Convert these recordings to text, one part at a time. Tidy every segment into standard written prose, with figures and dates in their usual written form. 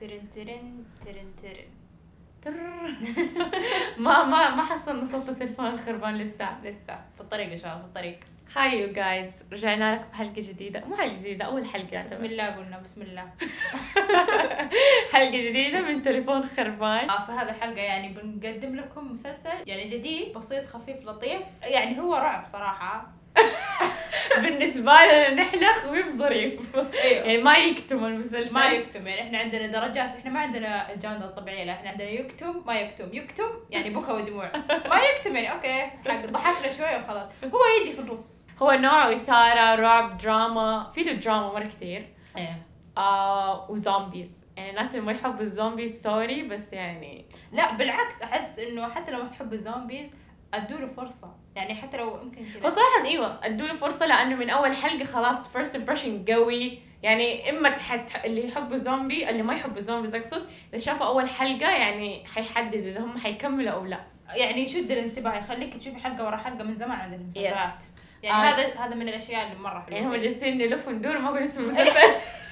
ترن ترن ترن ترن ما حصلنا صوت التليفون الخربان لسه في الطريق يا شباب، في الطريق. هاي يو جايز، رجعنا لكم بحلقة جديدة، مو حلقة جديدة، أول حلقة بسم الله قلنا بسم الله. حلقة جديدة من تليفون خربان. في هذا الحلقة يعني بنقدم لكم مسلسل يعني جديد بسيط خفيف لطيف، يعني هو رعب صراحة. بالنسبة لنا نحن خويف ظريف. أيوه. يعني ما يكتم المسلسل، ما يكتم، يعني احنا عندنا درجات، احنا ما عندنا الجودة الطبيعية، لا احنا عندنا يكتم ما يكتم، يكتم يعني بكى ودموع، ما يكتم يعني اوكي حق ضحكنا شوية وخلاص، هو يجي في النص. هو نوع إثارة، رعب، دراما، في له دراما مرة كثير. ايه وزومبيز، يعني الناس اللي ما يحبوا الزومبيز سوري، بس يعني لا بالعكس، احس انه حتى لو ما تحب الزومبيز ادوله فرصة، يعني حتى لو يمكن كذا. هو صراحة ايوه ادوله فرصة، لانه من اول حلقة خلاص first impression قوي. يعني اما اللي يحب الزومبي، اللي ما يحب الزومبيز اقصد، اذا شافوا اول حلقة يعني حيحدد اذا هم حيكملوا او لا. يعني يشد الانتباه، يخليك تشوفي حلقة ورا حلقة من زمان عند المسلسلات. Yes. يعني هذا من الاشياء اللي مرة حلوة. يعني هم جالسين نلف وندور، ما اقول اسم المسلسل.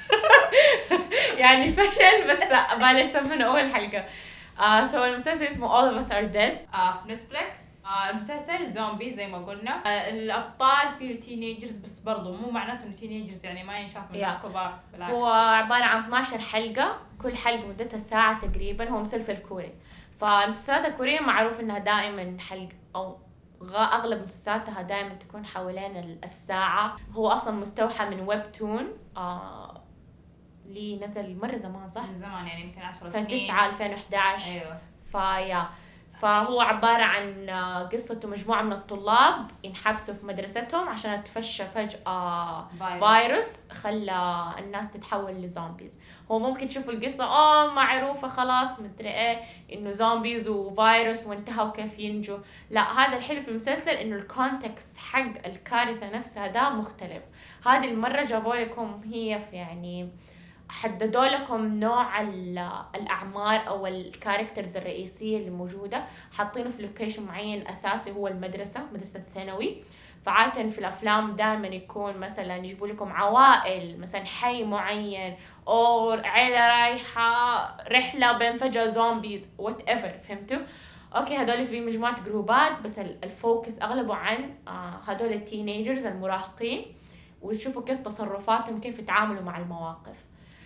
يعني فشل، بس بلاش سمينا اول حلقة. سو المسلسل اسمه All of Us Are Dead. في نتفليكس. المسلسل زومبي زي ما قلنا. الابطال فيه تينيجرز، بس برضو مو معناته انه تينيجرز يعني ما ينشاف من ناس كبار، بالعكس. هو عبارة عن 12 حلقة، كل حلقة مدتها ساعة تقريبا. هو مسلسل كوري، فالمسلسلات الكورية معروف انها دائما حلقة او اغلب مسلسلاتها دائما تكون حوالين الساعة. هو اصلا مستوحى من ويب تون اللي نزل مرة زمان، صح؟ من زمان يعني يمكن 10 سنين. 2011. ايوه. فهو عبارة عن قصته مجموعة من الطلاب ينحبسوا في مدرستهم عشان تفشى فجأة فيروس خلى الناس تتحول لزومبيز. هو ممكن تشوفوا القصة معروفة خلاص مدري ايه، انه زومبيز وفيروس وانتهوا كيف ينجوا. لا، هذا الحلو في المسلسل انه الكونتكست حق الكارثة نفسها ده مختلف. هذه المرة جابوا لكم هي في يعني حددوا لكم نوع الأعمار أو الكاركترز الرئيسية اللي موجودة، حاطينه في لوكيشن معين أساسي هو مدرسة الثانوي. فعادة في الأفلام دائما يكون مثلا يجيبوا لكم عوائل، مثلا حي معين أو عيلة رايحة رحلة بين فجأة زومبيز whatever، فهمتوا؟ أوكي، هدول في مجموعة جروبات، بس الفوكس أغلبه عن هدول التينيجرز المراهقين، وتشوفوا كيف تصرفاتهم، كيف يتعاملوا مع المواقف.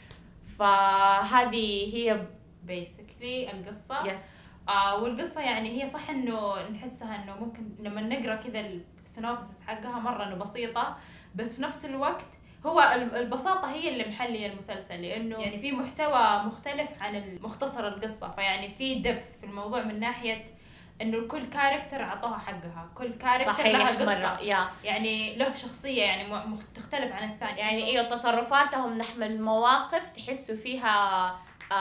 فهذه هي basically القصة. yes. والقصة يعني هي صح انه نحسها انه ممكن لما نقرأ كذا السينوبسس حقها مرة انه بسيطة، بس في نفس الوقت هو البساطة هي اللي محلية المسلسل، لانه يعني في محتوى مختلف عن مختصر القصة، فيعني في دبث في الموضوع من ناحية انه كل كاركتر عطوها حقها، كل كاركتر لها قصة يعني له شخصية يعني تختلف عن الثاني. يعني ايوه تصرفاتهم نحو المواقف تحسوا فيها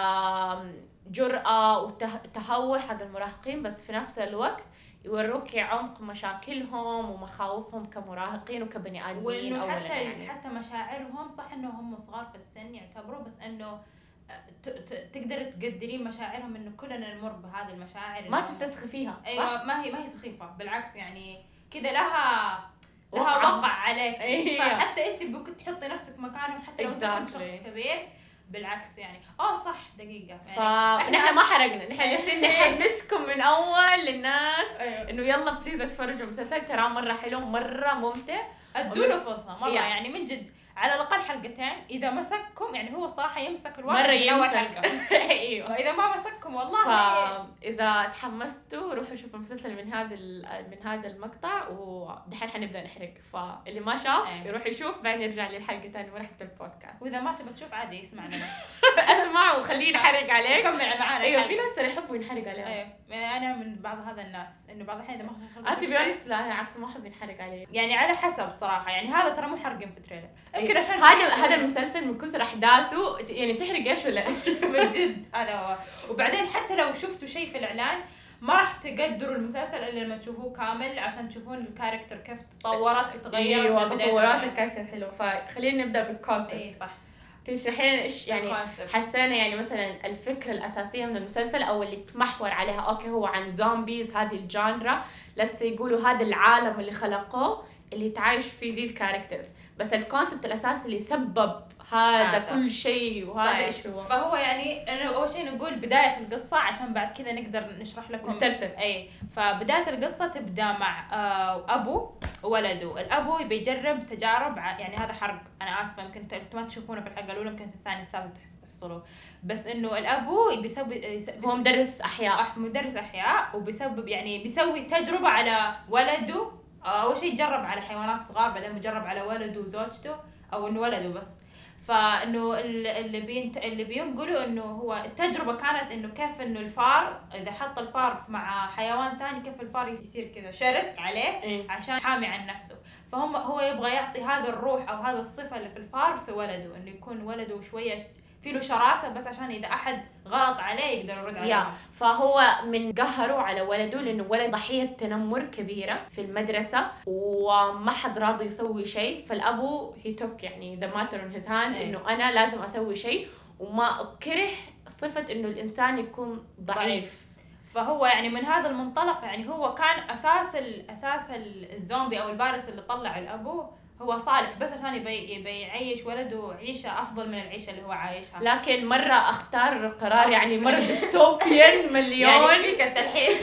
جرأة وتهور حق المراهقين، بس في نفس الوقت يوروك عمق مشاكلهم ومخاوفهم كمراهقين وكبني آدمين. وإنه حتى مشاعرهم صح إنه هم صغار في السن يعتبروا، بس إنه تقدر تقدرين مشاعرهم، إنه كلنا نمر بهذه المشاعر، ما تستسخي فيها. أيوة، ما هي سخيفة، بالعكس يعني كذا لها وقع عليك. أيوة. فحتى أنت ممكن تحطي نفسك مكانهم حتى لو كنت شخص كبير. بالعكس يعني صح دقيقة يعني نحن ما حرقنا، نحن جالسين نحمسكم من أول للناس. أيوة. إنه يلا بليز اتفرجوا مسلسل، ترى مرة حلو مرة ممتع، ادوله فرصة مرة. يعني من جد على الأقل حلقتين إذا مسككم، يعني هو صراحة يمسك الواحد مرة أول حلقة. أيوة. فإذا ما مسككم والله إذا تحمستوا روحوا شوفوا المسلسل من هذا المقطع، ودحين حنبدأ نحرق، فاللي ما شاف يروح يشوف بعدين يرجع للحلقة تاني ورحت البودكاست. وإذا ما تبى تشوف عادي يسمعنا. اسمع وخليني نحرق عليك. كمل معانا. أيوة، في ناس يحبوا ينحرق عليهم. أيوة، أنا من بعض هذا الناس، إنه بعض الحين إذا ما أنت بيونس لا عكس ما أحب ينحرق عليه. يعني على حسب صراحة، يعني هذا ترى مو حرقين في تريلر. يمكن عشان هذا المسلسل من كثر أحداثه يعني تحرق إيش ولا من جد. وبعدين حتى لو شفتوا شيء في الإعلان ما راح تقدروا المسلسل إلا لما تشوفوه كامل، عشان تشوفون الكاركتر كيف تطورت وتغيرت. أيوة، تطورات الكاركتر حلو. فخلينا نبدأ بالكونسبت. صح. تشرحين إيش يعني حسينا يعني مثلا الفكرة الأساسية من المسلسل أو اللي تمحور عليها. أوكي، هو عن زومبيز، هذه الجانرا، لا يقولوا هذا العالم اللي خلقوه اللي تعايش فيه دي الكاركترز، بس الكونسبت الأساسي اللي سبب هذا كل شيء وهذا ايش هو. فهو يعني أنا أول شيء نقول بداية القصة عشان بعد كذا نقدر نشرح لكم نسترسل. أي فبداية القصة تبدأ مع أبو وولده. الأبو بيجرب تجارب يعني هذا حرق أنا آسفة يمكن أنتم ما تشوفونه في الحلقة الأولى يمكن في الثانية الثالثة تحصلوا بس إنه الأبو هو مدرس أحياء وبيسبب يعني بيسوي تجربة على ولده. أول شيء جرب على حيوانات صغار بعدين بيجرب على ولده وزوجته أو إنه ولده بس. فإنه اللي بينقلوا إنه هو التجربة كانت إنه كيف إنه الفار إذا حط الفار مع حيوان ثاني كيف الفار يصير كذا شرس عليه عشان يحامي عن نفسه. هو يبغى يعطي هذا الروح أو هذا الصفة اللي في الفار في ولده إنه يكون ولده شوية في له شراسة بس عشان إذا أحد غلط عليه يقدر يرد عليه. فهو من قهره على ولده لأنه ولد ضحية تنمر كبيرة في المدرسة وما حد راضي يسوي شيء. فالأبو يعني the matter in his hand إنه أنا لازم أسوي شيء وما كره صفة إنه الإنسان يكون ضعيف. فهو يعني من هذا المنطلق يعني هو كان أساس الزومبي أو الفيروس اللي طلع الأبو هو صالح بس عشان يبي يعيش ولده عيشة أفضل من العيشة اللي هو عايشها. لكن مرة أختار قرار يعني مرة ديستوبيان مليون. يعني إيش فيك أنت الحين؟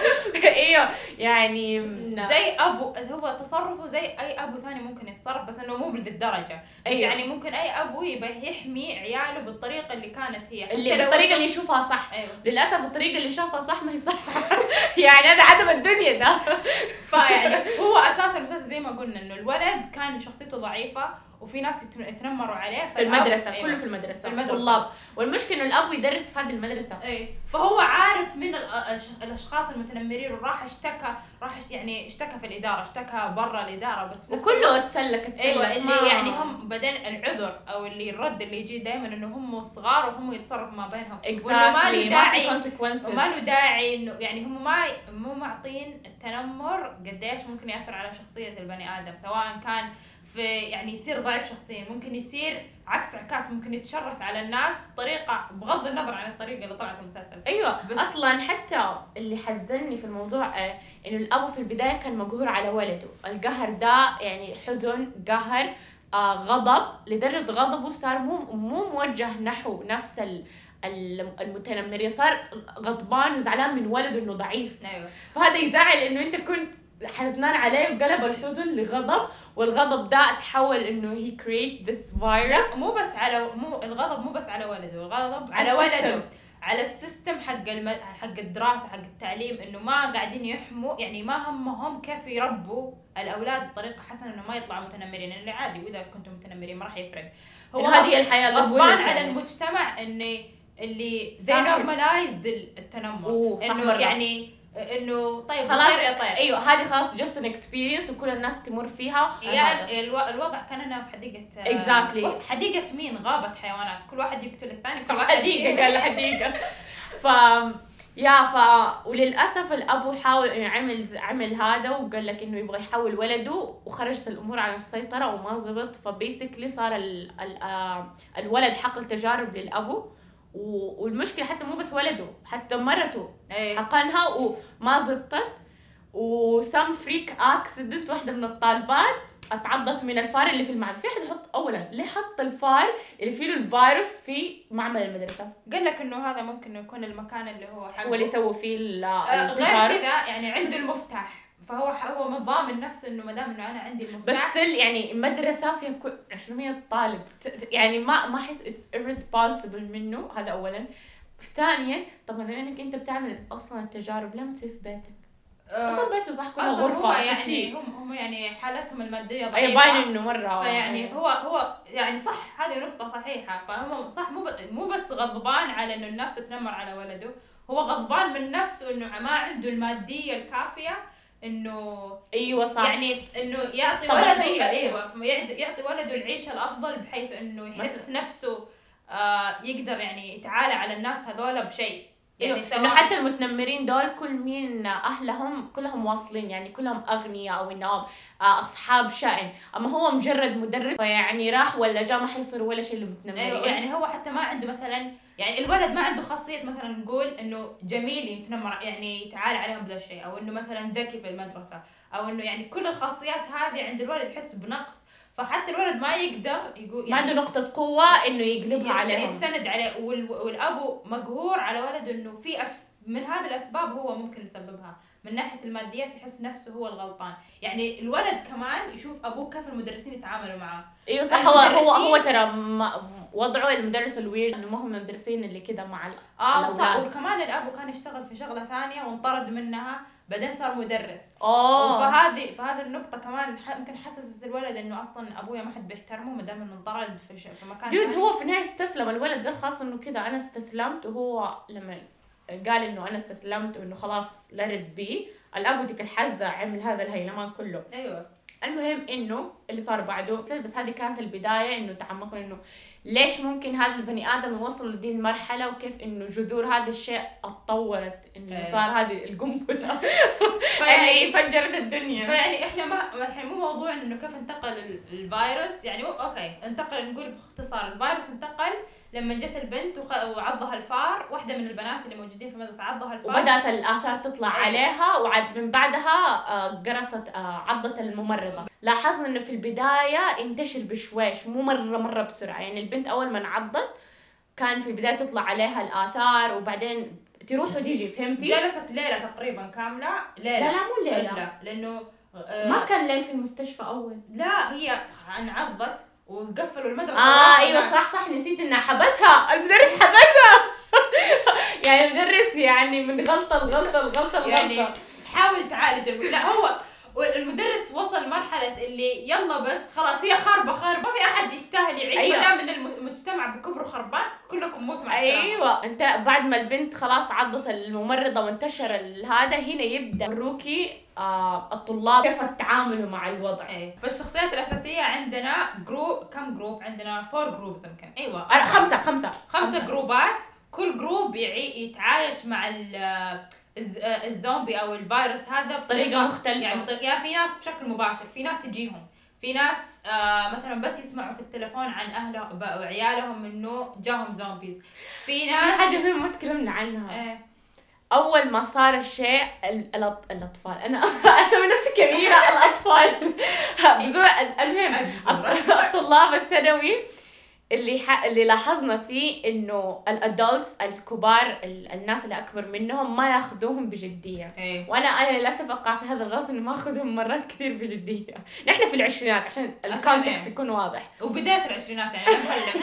إيوه يعني زي أبو هو تصرفه زي أي أبو ثاني ممكن يتصرف بس إنه مو بذي الدرجة. أيوة. يعني ممكن أي أبو يبي يحمي عياله بالطريقة اللي كانت هي بالطريقة اللي يشوفها صح. أيوة. للأسف الطريقة اللي شافها صح ما هي صح. يعني هذا عدم الدنيا ده. فيعني هو أساس المسلسل زي ما قلنا إنه الولد كان شخصيته ضعيفة وفي ناس يتنمروا عليه في المدرسة. كله في المدرسة طلاب والمشكلة إنه الأب يدرس في هذه المدرسة. فهو عارف من الأشخاص المتنمرين وراح اشتكى في الإدارة اشتكى برا الإدارة بس وكله تسلك أيوة اللي يعني هم بدل العذر أو اللي الرد اللي يجي دائما إنه هم صغار وهم يتصرفوا ما بينهم ما له داعي إنه يعني هم مو معطين التنمر قديش ممكن يأثر على شخصية البني آدم سواء كان في يعني يصير ضعيف شخصيا ممكن يصير عكس ممكن يتشرس على الناس بطريقة بغض النظر عن الطريقة اللي طلعت المسلسل. أيوة أصلا حتى اللي حزني في الموضوع إنه الأبو في البداية كان مقهور على ولده. القهر ده يعني حزن قهر غضب لدرجة غضبه صار مو موجه نحو نفس المتنمرين صار غضبان وزعلان من ولده إنه ضعيف. أيوة. فهذا يزعل إنه أنت كنت حزنان عليه وقلب الحزن لغضب والغضب ده تحول انه he create this virus. لا مو الغضب مو بس على ولده الغضب على ولده على السيستم حق الدراسة حق التعليم انه ما قاعدين يحموا يعني ما همهم كيف يربوا الاولاد بطريقة حسنة انه ما يطلعوا متنمرين اللي عادي واذا كنتم متنمرين ما راح يفرق. هو هذه الحياة غضبان على المجتمع اللي زي normalized التنمر انه يعني انه طيب خلاص ايوه هذه خلاص just an experience وكل الناس تمر فيها. يعني الوضع كاننا في حديقة حديقة مين غابة حيوانات كل واحد يقتل الثاني كل واحد حديقة قال حديقة وللأسف الأبو حاول عمل هذا وقال لك إنه يبغى يحول ولده وخرجت الأمور عن السيطرة وما زبط. فبيسكلي صار الولد حقل تجارب للأبو والمشكلة حتى مو بس ولده حتى مرته حقنها وما زبطت وسام فريك اكسيدنت واحدة من الطالبات اتعضت من الفار اللي في المعمل. في أحد يحط أولا ليه حط الفار اللي فيه الفيروس في معمل المدرسة؟ قال لك إنه هذا ممكن يكون المكان اللي هو حقه هو اللي يسوي فيه غير كذا يعني عنده المفتاح فهو مضامن نفسه انه ما دام انه انا عندي المفتاح. بس يعني مدرسه فيها 200 طالب يعني ما احس it's irresponsible منه. هذا اولا. ثانيا طب مثلا انك انت بتعمل اصلا التجارب ليه ما تصير في بيتك؟ اصلا بيته صح كله غرفه يعني هم يعني حالتهم الماديه ضعيفه. باين انه مره فيعني هو يعني صح هذه نقطه صحيحه. فهم صح مو بس غضبان على انه الناس تتنمر على ولده هو غضبان من نفسه انه ما عنده الماديه الكافيه انه ايوه صح يعني انه يعطي ولده يعطي ولده العيشه الافضل بحيث انه يحس نفسه يقدر يعني يتعالى على الناس هذول بشيء يعني انه حتى المتنمرين دول كل مين اهلهم كلهم واصلين يعني كلهم اغنياء او انهم اصحاب شأن. اما هو مجرد مدرس فيعني راح ولا جاء ما حيصير ولا شيء للمتنمرين. يعني هو حتى ما عنده مثلا يعني الولد ما عنده خاصيه مثلا نقول انه جميل يتنمر يعني يتعالى عليهم بهذا الشيء او انه مثلا ذكي في المدرسه او انه يعني كل الخاصيات هذه عند الولد يحس بنقص. فحتى الولد ما يقدر يقول يعني ما عنده نقطة قوة إنه يقلبها عليهم، يستند عليه. والأبو مقهور على ولده إنه في من هذه الأسباب هو ممكن يسببها. من ناحية الماديات يحس نفسه هو الغلطان. يعني الولد كمان يشوف أبوه كيف المدرسين يتعاملوا معه. ايوه صح. هو ترى وضعه المدرس الويرد انه ما هم المدرسين اللي كده مع صح. وكمان الأبو كان يشتغل في شغلة ثانية وانطرد منها، بعدين صار مدرس. فهذه النقطة كمان ممكن حسست الولد انه اصلا ابويا ما حد بيحترمه ما دام انه انطرد في مكان. هو في النهاية استسلم. الولد قال خلاص انه كده انا استسلمت. وهو لما قال انه انا استسلمت وانه خلاص لا رد بي، الابو ديك الحزة عمل هذا الهيلمان كله. ايوه. المهم انه اللي صار بعده، بس هذه كانت البداية انه تعمقنا انه ليش ممكن هذا البني ادم يوصل لدي المرحلة، وكيف انه جذور هذا الشيء اتطورت انه صار هذه القنبلة اللي فجرت الدنيا. فيعني احنا مو موضوع انه كيف انتقل الفيروس. يعني اوكي انتقل، نقول باختصار الفيروس انتقل لما جت البنت وعضها الفار. واحدة من البنات اللي موجودين في المدرسة عضها الفار وبدأت الآثار تطلع عليها، وعد من بعدها قرصت عضت الممرضة. لاحظنا إنه في البداية انتشر بشويش، مو مرة بسرعة. يعني البنت أول ما انعضت كان في البداية تطلع عليها الآثار وبعدين تروح وتيجي. فهمتي؟ جلست ليلة تقريبا كاملة. لا مو ليلة. لا لأنه ما كان ليل في المستشفى أول. لا هي انعضت وقفلوا المدرسة. ايوه صح نسيت انها حبسها المدرس. حبسها يعني المدرس يعني من غلطة يعني حاول تعالج. لا هو المدرس وصل مرحلة اللي يلا بس خلاص هي خربة ما في أحد يستاهل يعيش. أيوة. ما دام إن المجتمع بكبره خربان كلكم موتوا مع السلامة. أيوة. أنت بعد ما البنت خلاص عضت الممرضة وانتشر هذا، هنا يبدأ يوروكي الطلاب كيف يتعاملوا مع الوضع. فالشخصيات الأساسية عندنا كم جروب عندنا؟ 4 جروبز يمكن. أيوة 5 جروبات. كل جروب يتعايش مع الزومبي او الفيروس هذا بطريقه مختلفه. يعني في ناس بشكل مباشر، في ناس يجيهم، في ناس مثلا بس يسمعوا في التلفون عن اهله وعيالهم انه جاهم زومبيز. في ناس في حاجه مهمه ما تكلمنا عنها. اول ما صار الشيء الاطفال، انا اسوي نفسي كبيره. الاطفال المهم الطلاب الثانوي اللي لاحظنا فيه انه الادلتس الكبار، الناس اللي اكبر منهم ما ياخذوهم بجديه. وانا للاسف اقع في هذا الغلط انه ما اخذهم مرات كثير بجديه. نحن في العشرينات عشان الكونتكست يكون واضح، وبدايه العشرينات يعني نتكلم.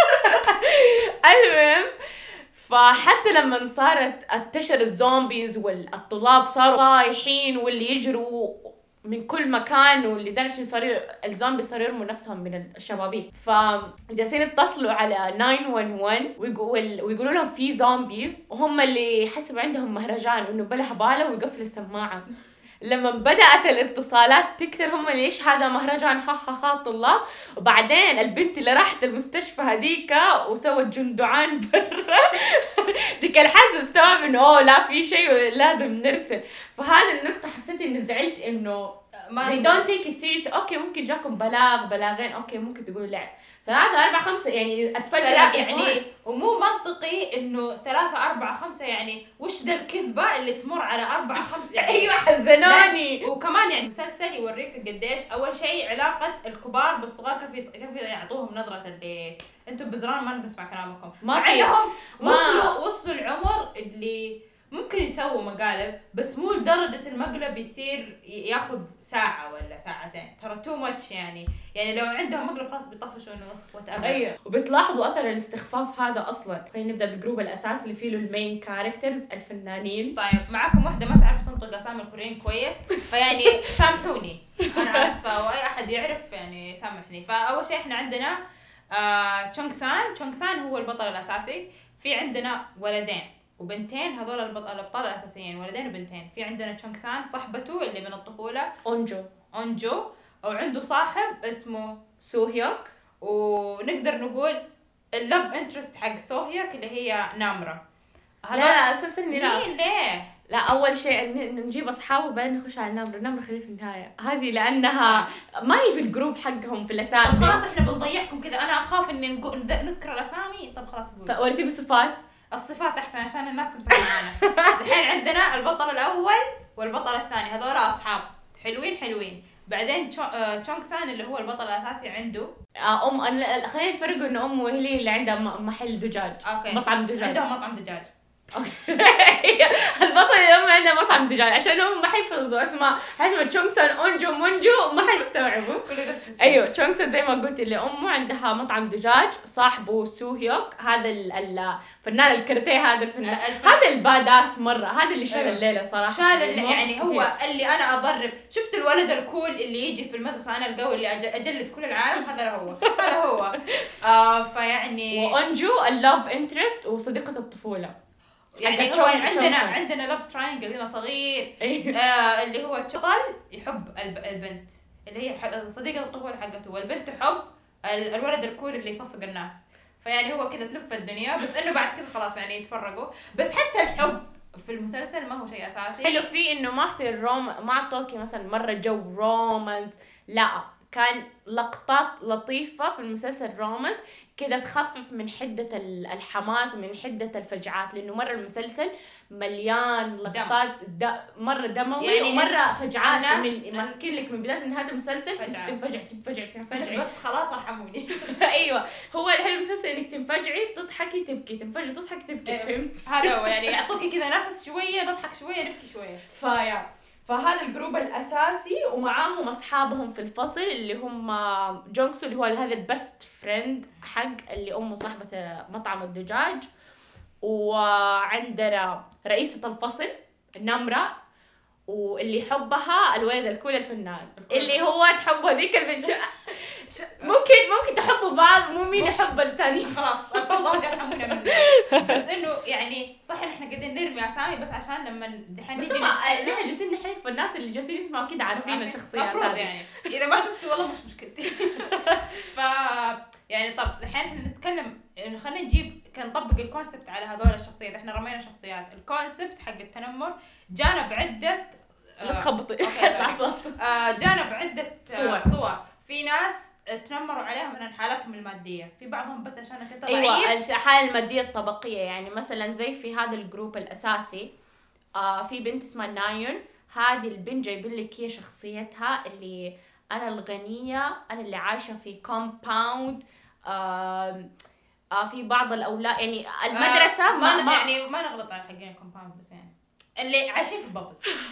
المهم فحتى لما صارت انتشر الزومبيز والطلاب صاروا رايحين واللي يجروا من كل مكان، ولدرجة صار الزومبي صاروا يرموا نفسهم من الشبابيك. فجالسين يتصلوا على 911 ويقولوا لهم في زومبيز، وهم اللي حسب عندهم مهرجان انه بلا هبالة ويقفلوا السماعة. لما بدأت الاتصالات تكثر هم اللي ايش هذا مهرجان ها طلاب. وبعدين البنت اللي راحت المستشفى هذيك وسوت جندعان برا ديك الحاسة استوعب انه لا في شيء لازم نرسل. فهذا النقطة حسيت اني زعلت انه they don't take it serious. اوكي ممكن جاكم بلاغين، اوكي ممكن تقولوا لعب 3 4 5 يعني اتفجر يعني. ومو منطقي انه 3 4 5 يعني وش ذا الكذبه اللي تمر على 4 5 يعني. ايوه حزنوني. وكمان يعني مسلسل يوريك قديش اول شيء علاقه الكبار بالصغار، كيف يعطوهم نظره اللي انتم بزران ما نسمع كلامكم، مع انهم وصلوا العمر اللي ممكن يسووا مقالب، بس مو لدرجة المقلب يصير ياخذ ساعة ولا ساعتين. ترى تو ماتش يعني لو عندهم مقلب خلاص بيطفشوا انه وات. ايوه. وبتلاحظوا اثر الاستخفاف هذا اصلا. خلينا نبدا بالجروب الاساسي اللي فيه المين كاركترز الفنانين. طيب معاكم واحدة ما تعرف تنطق اسامي الكوريين كويس، فيعني سامحوني انا اسفة، واي احد يعرف يعني سامحني. فاول شيء احنا عندنا تشونغ سان هو البطل الاساسي. في عندنا ولدين وبنتين، هذول الابطال الاساسيين، ولدين وبنتين. في عندنا تشونغ سان صاحبته اللي من الطفوله اونجو، وعنده صاحب اسمه سوهيوك، ونقدر نقول اللوف انترست حق سوهيوك اللي هي نامرا. لا اساسا ليه لا اول شيء نجيب اصحابه وبعدين نخش على نامرا خليه في النهايه هذه، لانها ما هي في الجروب حقهم في الاساس. خلاص احنا بنضيعكم كذا، انا اخاف ان نذكر الاسامي. طب خلاص قول ولتي بالصفات. الصفات احسن عشان الناس تمسك معانا. الحين عندنا البطل الاول والبطل الثاني، هذول اصحاب حلوين. بعدين تشونغ سان اللي هو البطل الاساسي عنده خلينا نفرق انه امه هي اللي عندها محل دجاج. أوكي. مطعم دجاج. عندها مطعم دجاج. البطل الام عندها مطعم دجاج عشان هم ما حيفضوا اسمها حسب تشونغ سان اونجو مونجو ما حيستوعبوا. ايوه تشونغ سان زي ما قلت اللي امه عندها مطعم دجاج. صاحبه سو هيوك هذا الفنان الكاراتيه هذا الفنان هذا الباداس مره هذا اللي شال الليله صراحه شال يعني هو اللي انا اضرب. شفت الولد الكول اللي يجي في المدرسه انا القوي اللي اجلد كل العالم هذا هو فيعني وانجو اللاف انترست وصديقه الطفوله يعني هو عندنا لاف تراينجل هنا صغير. اللي هو البطل يحب البنت اللي هي صديقة الطفولة حقته والبنت تحب الولد الكول اللي يصفق الناس. فيعني هو كذا تلف الدنيا بس انه بعد كذا خلاص يعني يتفرقوا. بس حتى الحب في المسلسل ما هو شيء اساسي. حلو فيه انه ما في ما عطوكي مثلا مرة جو رومانس لا كان لقطات لطيفة في المسلسل رومانس كده تخفف من حدة الحماس ومن حدة الفجعات لأنه مرة المسلسل مليان لقطات مرة دموي يعني ومرة فجعات من ماسكين لك من بداية نهاية المسلسل تنفجع بس خلاص ارحموني. أيوة هو الحلو المسلسل إنك تنفجعي تضحكي تبكي تنفجعي تضحكي تبكي فهمت هذا هو يعني يعطوكي كذا نفس شوية نضحك شوية نبكي شوية. فهذا الجروب الأساسي ومعاهم أصحابهم في الفصل اللي هم جونغسو اللي هو هذا البست فريند حق اللي أمه صاحبة مطعم الدجاج. وعندنا رئيسة الفصل نمرة واللي يحبها الولد الكول الفنان اللي هو تحبه ذيك البنت ممكن تحبوا بعض مو مين يحب الثاني خلاص الفوضى هذه ارحمونا منه. بس انه يعني صح ان احنا قاعدين نرمي اسامي بس عشان لما دحين نيجي نحن جالسين نحرق في الناس اللي جالسين يسمعوا كده عارفين الشخصيات هذه يعني اذا ما شفتوا والله مش مشكلتي. ف يعني طب الحين احنا نتكلم انه خلينا نجيب نطبق الكونسبت على هذول الشخصيات. احنا رمينا شخصيات الكونسبت حق التنمر جانا بعده لا تخبطي جانا بعده صور. في ناس تنمروا عليها من حالتهم المادية في بعضهم بس عشان كده ضعيف. أيوة الحالة المادية الطبقية يعني مثلا زي في هذا الجروب الأساسي في بنت اسمها نايون. هذه البنت جايبين لك هي شخصيتها اللي أنا الغنية أنا اللي عايشة في كومباوند في بعض الأولاد يعني المدرسة ما نغلط على حقين كومباوند بس يعني اللي عايشين في البابل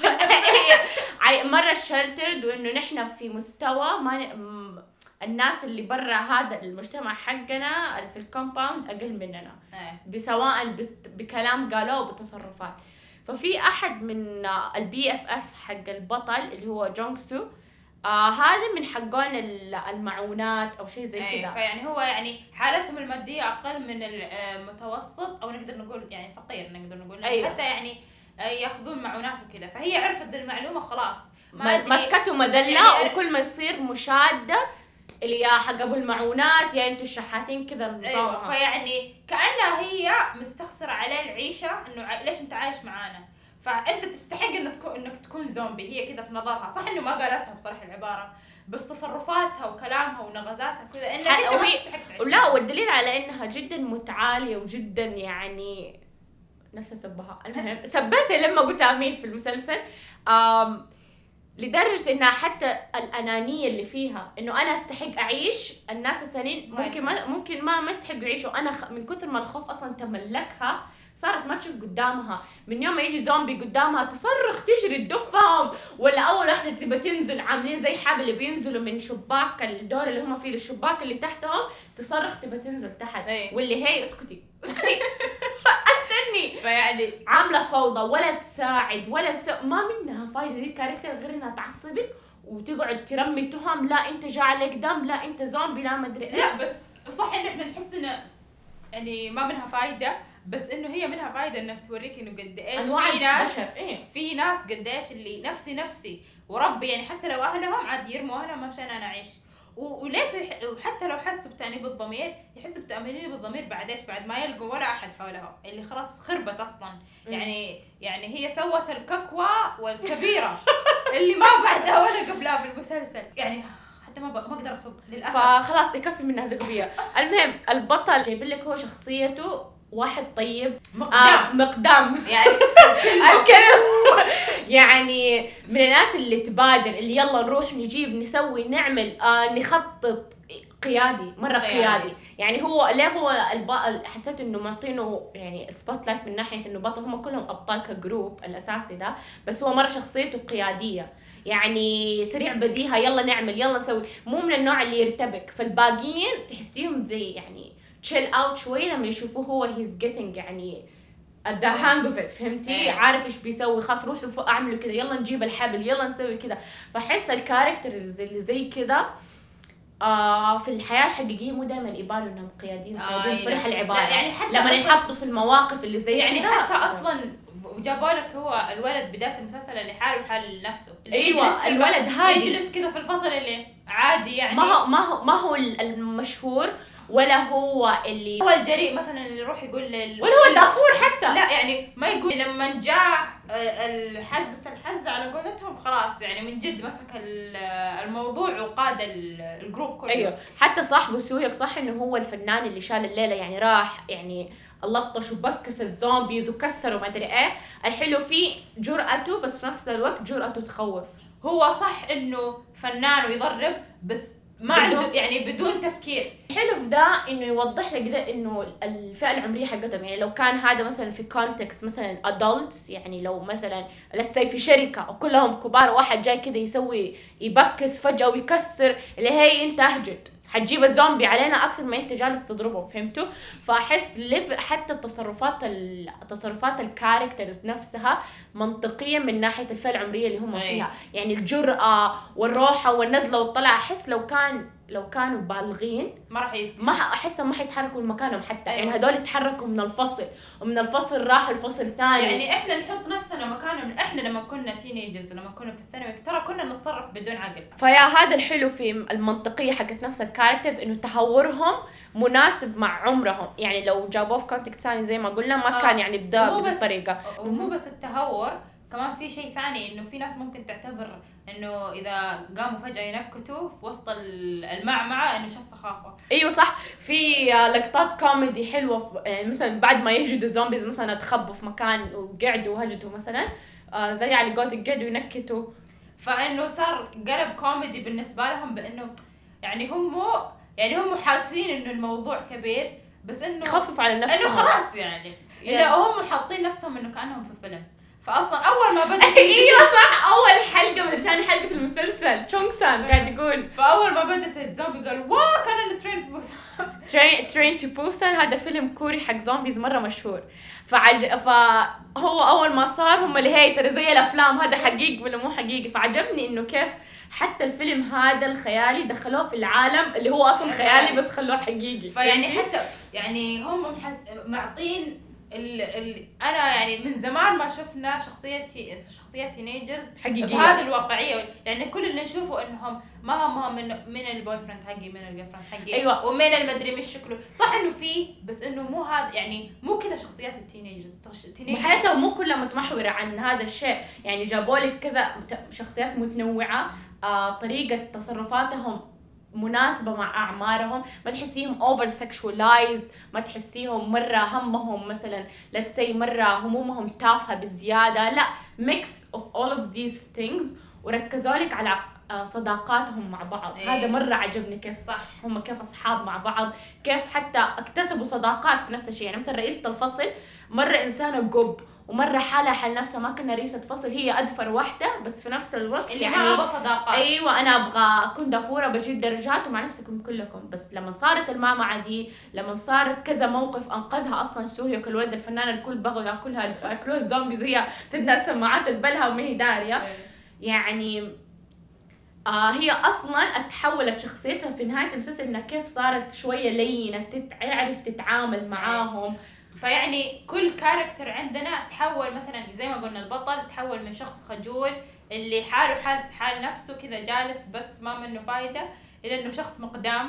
مرة شلترد وإنه نحن في مستوى ما الناس اللي برا هذا المجتمع حقنا في الكومباوند أقل مننا بسواء بكلام قالوه وبتصرفات. ففي أحد من البي اف اف حق البطل اللي هو جونغسو هذا من حقون المعونات أو شيء زي كده. فيعني هو يعني حالتهم المادية أقل من المتوسط أو نقدر نقول يعني فقير نقدر نقول. أيوة. حتى يعني ياخذون معونات وكذا. فهي عرفت المعلومة خلاص مسكته مذلة يعني وكل ما يصير مشادة اللي يا حق ابو المعونات يا انتوا الشحاتين كذا نظامها. أيوة. فيعني كأنها هي مستخسرة عليه العيشة انه ليش انت عايش معانا فانت تستحق انك تكون زومبي. هي كذا في نظرها صح انه ما قالتها بصراحة العبارة بس تصرفاتها وكلامها ونغزاتها كذا انك انت ما تستحق تعيش. لا والدليل على انها جدا متعالية وجدا يعني نفسها سبها. المهم سبتها لما قلت امين في المسلسل لدرجة انها حتى الانانية اللي فيها انه انا استحق اعيش الناس الثانيين ممكن ما يستحقوا يعيشوا. انا من كثر ما الخوف اصلا تملكها صارت ما تشوف قدامها. من يوم ما يجي زومبي قدامها تصرخ تجري تدفهم. ولا اول واحدة تبى تنزل عاملين زي حبل اللي بينزلوا من شباك الدور اللي هم فيه للشباك اللي تحتهم تصرخ تبى تنزل تحت. واللي هي اسكتي استني. فيعني عامله فوضى ولا تساعد ولا ما منها فايده دي كاركتر غير انها تعصبك وتقعد ترمي تهم. لا انت جاي عليك دم لا انت زومبي لا ما ادري. لا بس صح ان احنا نحس انه يعني ما منها فايده بس انه هي منها فايده انك توريك انه قد ايش في ناس في ناس قد ايش اللي نفسي وربي يعني حتى لو اهلهم عاد يرموا اهلهم مشان انا اعيش. وليته وحتى لو حسوا بتأنيب الضمير يحسوا بتأنيب الضمير بعد ايش بعد ما يلقوا ولا احد حولهم اللي خلاص خربت اصلا. يعني هي سوت الككوة والكبيرة اللي ما بعدها ولا قبلها في المسلسل. يعني حتى ما اقدر اصب للاسف. فخلاص يكفي من هذه الغبية. المهم البطل جايب لك هو شخصيته واحد طيب مقدام يعني الكلمة يعني من الناس اللي تبادر، اللي يلا نروح نجيب نسوي نعمل نخطط، قيادي مرة قيادي. يعني هو ليه هو حسيت انه معطينه يعني سبوت لايت من ناحية انه بطل، هم كلهم ابطال كجروب الاساسي ده، بس هو مرة شخصيته قيادية، يعني سريع بديهة، يلا نعمل يلا نسوي، مو من النوع اللي يرتبك. فالباقيين تحسيهم ذي يعني chill out شوي لما يشوفوه هو he's getting يعني at the hang of it، فهمتي؟ عارف ايش بيسوي، خلاص روحوا اعملوا كذا، يلا نجيب الحبل، يلا نسوي كذا. فحس الكاركتر اللي زي كذا في الحياة الحقيقية مو دائما يبالوا انهم قياديين صريح العبارة، يعني لما ينحطوا في المواقف اللي زي يعني كذا. حتى اصلا وجابوا لك هو الولد بداية المسلسل اللي حاله حال نفسه، ايوه الولد هادي يجلس كذا في الفصل اللي عادي، يعني ما هو المشهور، ولا هو اللي هو الجريء مثلا اللي يروح يقول ولا هو دافور حتى، لا يعني ما يقول. لما جاء الحزة على قولتهم خلاص يعني من جد مسك الموضوع وقاد الجروب كله. ايوه حتى صاحبه سويك صح انه هو الفنان اللي شال الليلة، يعني راح يعني لطش وبكس الزومبيز وكسر وما ادري ايه. الحلو فيه جرأته، بس في نفس الوقت جرأته تخوف. هو صح انه فنان ويضرب، بس ما عنده يعني بدون تفكير. حلو في ده انه يوضح لك ده انه الفئه العمريه حقتهم، يعني لو كان هذا مثلا في كونتكست مثلا adults، يعني لو مثلا لسه في شركه وكلهم كبار، واحد جاي كده يسوي يبكس فجاه ويكسر، اللي هي انت اهجد حتجيب الزومبي علينا اكثر ما انت جالس تضربهم، فهمتوا؟ فاحس حتى تصرفات الكاركترز نفسها منطقيه من ناحيه الفئه العمريه اللي هم فيها، يعني الجرأة والروحه والنزله والطلعه. احس لو كانوا بالغين ما احسهم ما حيتحركوا من مكانهم حتى. يعني هذول يتحركوا من الفصل، ومن الفصل راحوا الفصل ثاني. يعني احنا نحط نفسنا مكانهم، احنا لما كنا تينيجرز لما كنا في الثانوي ترى كنا نتصرف بدون عقل. فيا هذا الحلو في المنطقيه حقت نفس الكاركترز، انه تهورهم مناسب مع عمرهم. يعني لو جابوه في كونتكست ثاني زي ما قلنا ما كان يعني بالطريقه. ومو بس التهور، كمان في شيء ثاني، انه في ناس ممكن تعتبر انه اذا قاموا فجأة ينكتوا في وسط المعمعة انه شو السخافة. ايوه صح، في لقطات كوميدي حلوة يعني مثلا بعد ما يهجدوا الزومبيز مثلا تخبوا في مكان وقعدوا وهجدوا مثلا زي على قولتك قعدوا ينكتوا، فانه صار قلب كوميدي بالنسبة لهم، بانه يعني هم حاسين انه الموضوع كبير، بس انه خفف على نفسهم، انه خلاص يعني انه هم حاطين نفسهم انه كانهم في فيلم. فاصلا اول ما بدا ايوه صح، اول حلقه من ثاني حلقه في المسلسل تشونغ سان قاعد يقول، فاول ما بدت الزومبي قال واو كان ترين في بوسان. ترين تو بوسان هذا فيلم كوري حق زومبيز مره مشهور. فهو اول ما صار هم اللي هي ترى زي الافلام هذا حقيقي ولا مو حقيقي. فعجبني انه كيف حتى الفيلم هذا الخيالي دخلوه في العالم اللي هو اصلا خيالي بس خلوه حقيقي. فيعني حتى يعني هم معطين انا يعني من زمان ما شفنا شخصيات تينيجرز حقيقية بهذه الواقعيه. يعني كل اللي نشوفه انهم ما هم من البوي فريند حقي، من الجيرل فريند حقي، أيوة. ومن المدري مش شكله صح انه فيه، بس انه مو هذا، يعني مو كذا شخصيات التينيجرز. حياتهم مو كلها متمحوره عن هذا الشيء، يعني جابوا لك كذا شخصيات متنوعه، طريقه تصرفاتهم مناسبة مع أعمارهم، ما تحسيهم over sexualized، ما تحسيهم مرة همهم مثلا let's say مرة همومهم تافهة بزيادة، لا mix of all of these things. وركزوا لك على صداقاتهم مع بعض. هذا مرة عجبني كيف صح هم كيف أصحاب مع بعض، كيف حتى اكتسبوا صداقات في نفس الشيء. يعني مثلا رئيسة الفصل مرة إنسانة قب، ومرة حالها حال نفسها، ما كنا رئيسة فصل، هي أدفر واحدة، بس في نفس الوقت اللي يعني ما أبغى صداقات. أيوة أنا أبغى أكون دافورة بجيب درجات ومع نفسكم كلكم. بس لما صارت المعمعة دي، لما صارت كذا موقف أنقذها أصلا سوهيوك الولد الفنان الكل بغوا يأكلوها الزومبيز وهي تدنا سماعات البلها وما هي دارية. يعني هي أصلاً اتحولت شخصيتها في نهاية المسلسل إنها كيف صارت شوية لينة، تعرف تتعامل معاهم. فيعني كل كاركتر عندنا تحول، مثلا زي ما قلنا البطل تحول من شخص خجول اللي حاله حال نفسه كذا جالس بس ما منه فايدة، إلى إنه شخص مقدام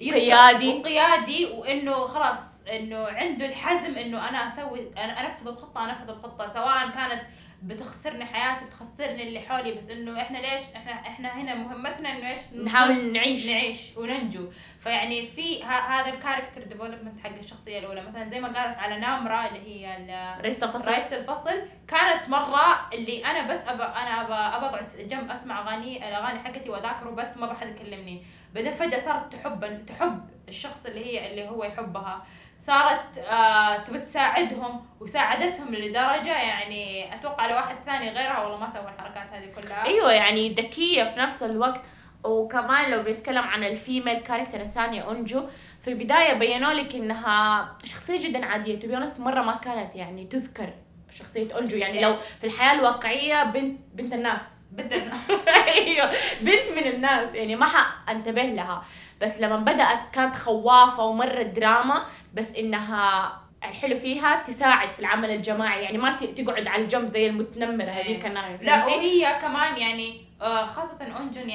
قيادي وإنه خلاص إنه عنده الحزم إنه أنا أنفذ الخطة سواء كانت بتخسرني حياتي بتخسرني اللي حولي، بس انه احنا ليش احنا هنا مهمتنا انه ايش نحاول نعيش وننجو. فيعني في هذا الكاركتر ديفلوبمنت حق الشخصيه الاولى، مثلا زي ما قالت على نامرا اللي هي رئيسة الفصل، كانت مره اللي انا بس ابى اقعد جنب اسمع الاغاني حقتي واذاكر وبس، ما بحد يكلمني. بعدين فجاه صارت تحب الشخص اللي هو يحبها، صارت تبي تساعدهم وساعدتهم لدرجة يعني أتوقع لو واحد ثاني غيرها والله ما سوى الحركات هذه كلها. أيوة يعني ذكية في نفس الوقت. وكمان لو بنتكلم عن الفيميل كاركتر الثانية أونجو، في البداية بينوا لك إنها شخصية جدا عادية، تبي نص مرة ما كانت يعني تذكر شخصية أونجو، يعني لو في الحياة الواقعية بنت الناس أيوة بنت من الناس يعني ما حانتبه لها، بس لما بدأت كانت خوافة ومرة دراما، بس إنها الحلو فيها تساعد في العمل الجماعي، يعني ما تقعد على الجنب زي المتنمرة هذيك النايم. لا وهي كمان يعني خاصة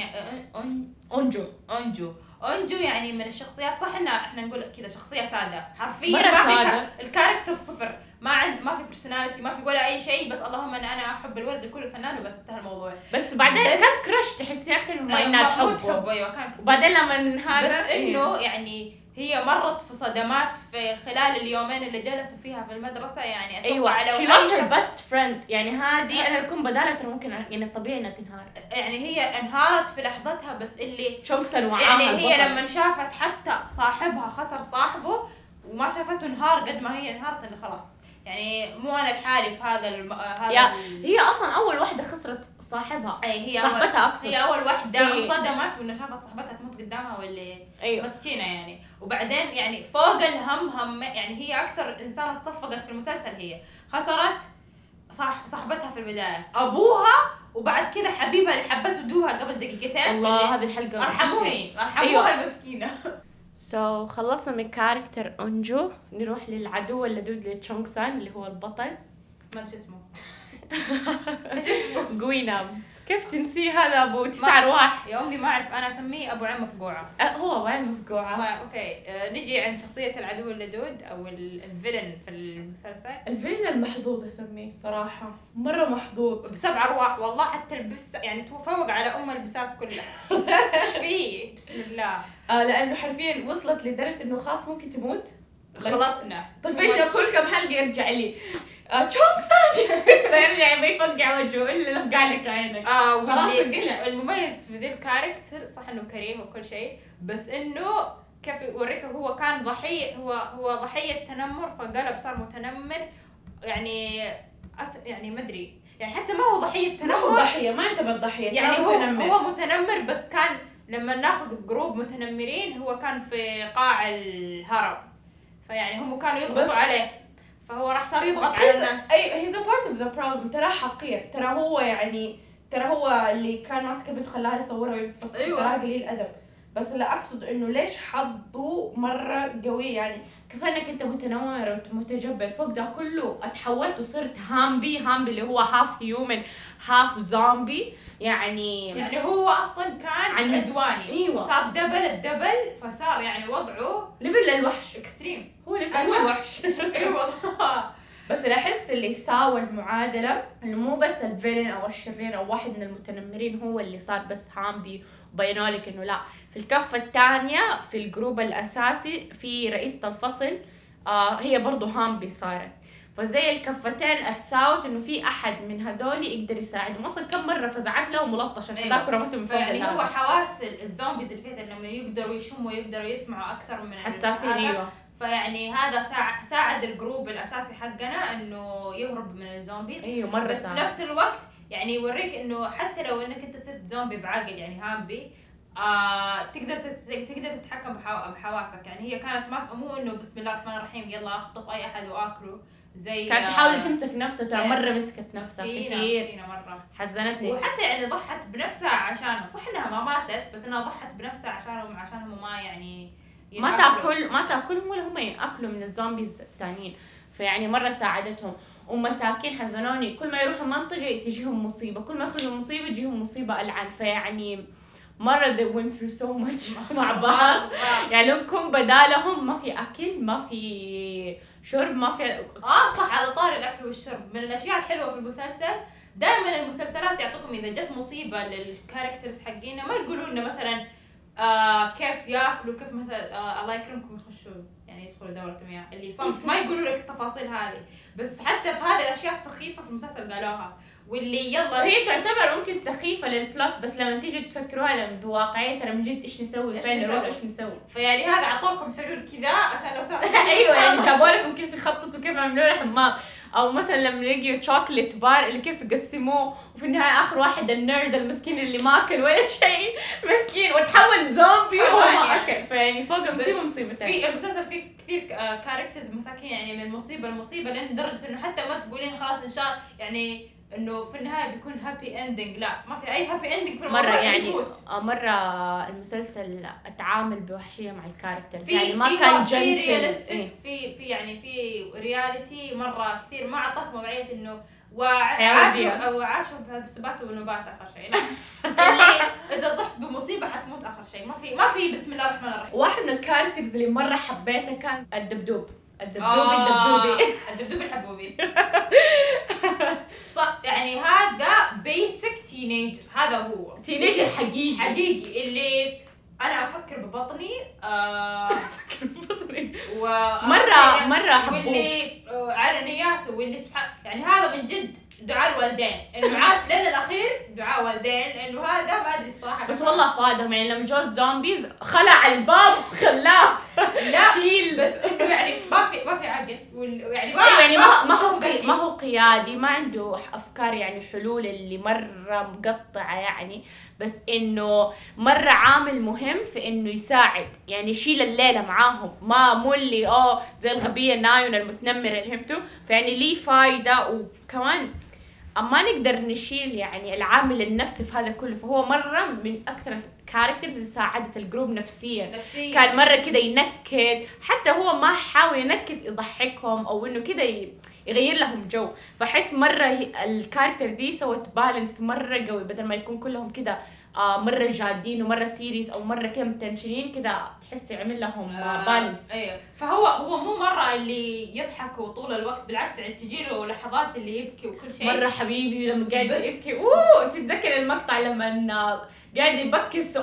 أونجو يعني من الشخصيات، صح إن إحنا نقول كذا شخصية سادة حرفيا، ما في الكاركتر صفر، ما في personality، ما في ولا أي شيء، بس اللهم أنا أحب الورد لكل فنان وبس انتهى الموضوع. بس بعدين كان كرش تحسي أكثر من إنها تحبه. أيوة كان. وبعدين لما هذا بس إنه يعني هي مرت في صدمات في خلال اليومين اللي جلسوا فيها في المدرسة، يعني أتوقع أيوة she was her best friend، يعني هذه أنا أكون بدالة ترى ممكن يعني الطبيعي إنها تنهار، يعني هي انهارت في لحظتها، بس اللي تشونغسون وعاها يعني هي لما شافت حتى صاحبها خسر صاحبه وما شافته انهار قد ما هي انهارت، اللي خلاص يعني مو أنا الحالي في هذا هي أصلا أول واحدة خسرت صاحبها، هي صاحبتها أقصد، هي أول واحدة انصدمت وإنها شافت صاحبتها تموت قدامها واللي أيوة. مسكينة يعني. وبعدين يعني فوق الهم يعني هي أكثر إنسانة تصفقت في المسلسل، هي خسرت صاحبتها في البداية، أبوها، وبعد كذا حبيبها اللي حبته دوها قبل دقيقتين. الله هذه الحلقة أرحموها أيوة. المسكينة. خلصنا من كاركتر أونجو، نروح للعدو اللدود لتشونغسون اللي هو البطل، ما شو اسمه غوينام. كيف تنسي هذا ابو 9 ارواح؟ يا امي ما اعرف، انا اسميه ابو عين مفقوعه. هو ابو عين مفقوعه. طيب اوكي، نجي عند شخصيه العدو اللدود او الفيلن في المسلسل. الفيلن المحظوظ اسميه صراحه، مره محظوظ، ب7 ارواح والله، حتى البس يعني تفوق على البساس كلها. ايش فيه بسم الله. لانه حرفيا وصلت لدرجه انه خلاص ممكن تموت، خلصنا طفشنا كل كم حلقه يرجع لي تشونغسون سيرجع ما يفقع وجهه الا لو فقع لك عينك. خلاص انقلع. المميز في ذي الكاركتر صح انه كريه وكل شيء، بس انه كيف يوريك هو كان ضحيه، هو ضحيه تنمر فقلب صار متنمر، يعني يعني ما ادري يعني حتى ما هو ضحيه تنمر، ما هو ضحيه، ما انتبه ضحيه يعني هو متنمر، بس كان لما ناخذ جروب متنمرين هو كان في قاع الهرم، فيعني هم كانوا يضغطوا عليه فهو راح صار يضغط على الناس. he's a part of the problem. ترى حقير، ترى هو اللي كان ماسك البنت خلاها يصورها وينفصل. أيوة. ترى قليل أدب، بس اللي أقصد إنه ليش حظه مرة قوي، يعني كيف إنك أنت متنمر ومتجبر فوق ده كله اتحولت وصرت هامبي اللي هو half human half zombie، يعني هو أصلاً كان عدواني. أيوة. صار الدبل فصار يعني وضعه ليفل للوحش اكستريم، هو ليفل الوحش. اي والله. بس اللي احس اللي ساوى المعادله انه مو بس الفيلن او الشرير او واحد من المتنمرين هو اللي صار بس هامبي، وبينوا لك انه لا، في الكفه الثانيه في الجروب الاساسي في رئيسه الفصل هي برضو هامبي صارت، فزي الكفتين اتساوت انه في احد من هذول يقدر يساعدهم. اصلا كم مره فزعت له وملطشه ذاك رمته من فوق. يعني هو حواس الزومبيز اللي فيها لما يقدروا يشموا يقدروا يسمعوا اكثر من حساسين. ايوه، فيعني هذا ساعد الجروب الاساسي حقنا انه يهرب من الزومبيز. ايوه مره بس في نفس الوقت يعني يوريك انه حتى لو انك انت صرت زومبي بعقل يعني هامبي تقدر تتحكم بحواسك. يعني هي كانت مو انه بسم الله الرحمن الرحيم يلا اخطف اي احد واكله، زي كانت تحاول تمسك نفسها. ترى مره مسكت نفسها كثير، مره حزنتني. وحتى يعني ضحت بنفسها عشانهم، صح انها ما ماتت بس انها ضحت بنفسها عشانهم ما يعني ما تاكلهم ولا هم ياكلوا من الزومبيز الثانيين، فيعني مره ساعدتهم. ومساكين حزنوني، كل ما يروحوا منطقه تجيهم مصيبه، كل ما يخرجوا مصيبه تجيهم مصيبه العن، فيعني مرة they went through so much مع بعض. يعني نكون بدالهم ما في أكل ما في شرب ما في صح. على طاري الأكل والشرب. من الاشياء الحلوه في المسلسل دائما المسلسلات يعطوكم اذا جت مصيبه للكاركترز حقينا ما يقولوا لنا مثلا كيف ياكلوا كيف مثلا الله يكرمكم يخشوا يعني يدخلوا دورة مياه اللي صمت ما يقولوا لك التفاصيل هذه. بس حتى في هذه الاشياء السخيفه في المسلسل قالوها واللي يلا هي تعتبر ممكن سخيفه للبلوت بس لما تيجي تفكروها لما بواقعيه ترى من جد ايش نسوي فين نروح ايش نسوي. فيعني هذا عطوكم حلول كذا عشان لو صار ايوه يعني جابوا لكم كيف يخططوا كيف يعملوا له حمام او مثلا لما يجوا شوكليت بار اللي كيف يقسموه وفي النهايه اخر واحد النيرد المسكين اللي ما اكل ولا شيء مسكين وتحول زومبي وهو ما اكل. فيعني فوق مصيبتين في المسلسل فيه كثير كاركترز مساكين يعني من مصيبه لمصيبه لين درجه انه حتى ما تقولين خلاص ان شاء يعني انه في النهايه بيكون هابي اندنج. لا ما في اي هابي اندنج في الموضوع. مره يعني مره المسلسل اتعامل بوحشيه مع الكاركترز يعني ما كان جنتل في يعني في رياليتي مره كثير ما اعطاك موضوعيه انه وعاشوا بسبات ونبات اخر شيء. لا اللي اذا ضحت بمصيبه حتموت اخر شيء. ما في بسم الله الرحمن الرحيم. واحد من الكاركترز اللي مره حبيته كان الدبدوبي الحبوبي صح يعني هذا بيسك تينيجر. هذا هو تينيجر حقيقي اللي انا افكر ببطني مره حبوب واللي على نياته واللي سبحان يعني هذا من جد دعاء الوالدين انه عاش لين الاخير دعاء والدين انه هذا ما ادري الصراحه بس والله فادهم يعني لما جو الزومبيز خلع الباب خلاه شيل بس انه يعني ما في عقل يعني ما هو قيادي ما عنده افكار يعني حلول اللي مره مقطعه يعني بس انه مره عامل مهم في انه يساعد يعني يشيل الليله معاهم ما مو اللي زي الغبيه النايونه المتنمره فهمتوا. فيعني ليه فايده وكمان اما نقدر نشيل يعني العامل النفسي في هذا كله. فهو مره من اكثر الكاركترز اللي ساعدت الجروب نفسيا. كان مره كده ينكد حتى هو ما حاول ينكد يضحكهم او انه كده يغير لهم جو. فحس مره الكاركتر دي سوت بالانس مره قوي بدل ما يكون كلهم كده مره جادين ومره سيريس او مره كده متنشنين كده تحس يعمل لهم بالانس. ايوه فهو مو مره اللي يضحكوا طول الوقت بالعكس يعني تجي له لحظات اللي يبكي وكل شيء مره حبيبي لما قاعد يبكي تتذكر المقطع لما قاعد يبكس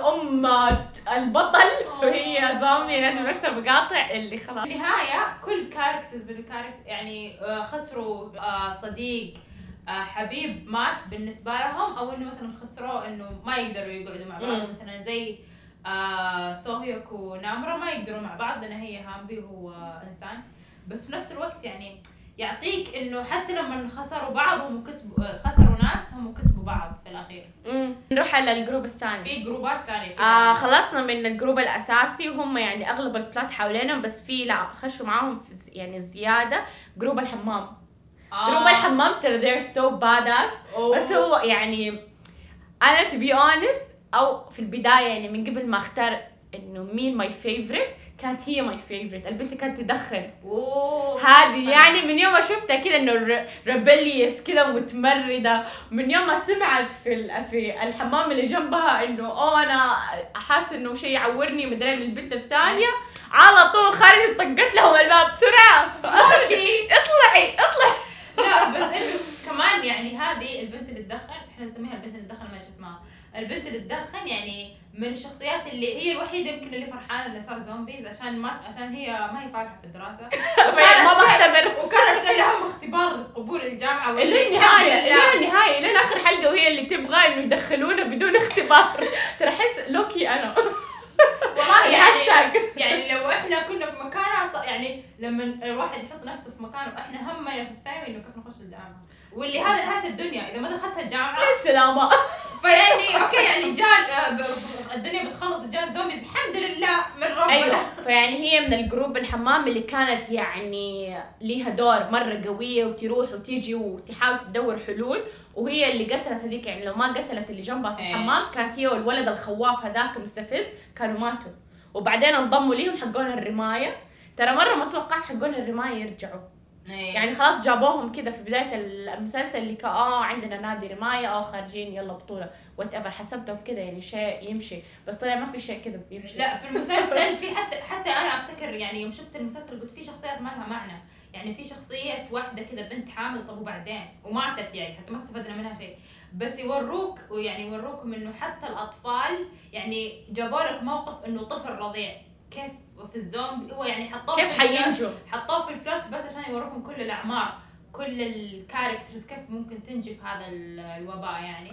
البطل وهي زومبي نادي مكتب مقاطع اللي خلاص النهايه كل كاركترز يعني خسروا صديق حبيب مات بالنسبه لهم او انه مثلا خسروه انه ما يقدروا يقعدوا مع بعض مثلا زي سوهيوك ونامرا ما يقدروا مع بعض لان هي هامبي وهو انسان. بس في نفس الوقت يعني يعطيك انه حتى لما خسروا بعض هم خسروا ناس هم كسبوا بعض في الاخير. نروح على الجروب الثاني. في جروبات ثانيه خلصنا من الجروب الاساسي وهم يعني اغلب البلات حوالينهم بس في لا خشوا معاهم في يعني زياده جروب الحمام. جروب الحمام ترى they're so badass بس هو يعني انا to be honest او في البدايه يعني من قبل ما اختار انه مين ماي فيفورت كانت هي ماي فيفورت. البنت كانت تدخن هذه يعني من يوم ما شفتها كده انه ريبليس كده متمرده من يوم ما سمعت في الحمام اللي جنبها انه انا احس انه شيء يعورني مدري البنت الثانيه على طول خارجه طقت لهم الباب بسرعه اطلعي لا بس انه كمان يعني هذه البنت اللي تدخن احنا نسميها البنت اللي تدخن ما ايش اسمها البنت اللي تدخن يعني من الشخصيات اللي هي الوحيده يمكن اللي فرحانه انه صار زومبيز عشان هي ما هي فالحه في الدراسه وكانت شايله هم اختبار قبول الجامعه الى النهايه الى اخر حلقه وهي اللي تبغى انه يدخلونا بدون اختبار. ترى احس لوكي انا والله يعني لو احنا كنا في مكانها يعني لما الواحد يحط نفسه في مكانه احنا همنا في الثاني انه كيف نخش الجامعه واللي هذا نهايه الدنيا اذا ما دخلت الجامعه السلامه. فيعني اوكي يعني الدنيا بتخلص وجاء زومبيز الحمد لله من ربنا. ايوه فيعني هي من الجروب الحمام اللي كانت يعني ليها دور مره قويه وتروح وتيجي وتحاول تدور حلول وهي اللي قتلت هذيك يعني لو ما قتلت اللي جنبها في الحمام كانت هي والولد الخواف هذاك المستفز كانوا ماتوا وبعدين انضموا ليهم حقون الرمايه. ترى مره ما توقعت حقون الرمايه يرجعوا يعني خلاص جابوهم كده في بدايه المسلسل اللي عندنا نادي رمايه خارجين يلا بطوله وات ايفر حسبتهم كده يعني شيء يمشي بس طلع ما في شيء كده بيمشي. لا في المسلسل في حتى انا افتكر يعني يوم شفت المسلسل قلت في شخصيات ما لها معنى يعني في شخصية واحدة كذا بنت حامل طب وبعدين وماتت يعني حتى ما استفدنا منها شيء، بس يوروك ويعني يوروكم انه حتى الاطفال يعني جابوا لك موقف انه طفل رضيع كيف في الزومبي هو يعني كيف حينجو، حطوه في البلوت بس عشان يوروكم كل الاعمار كل الكاركترز كيف ممكن تنجي في هذا الوباء يعني.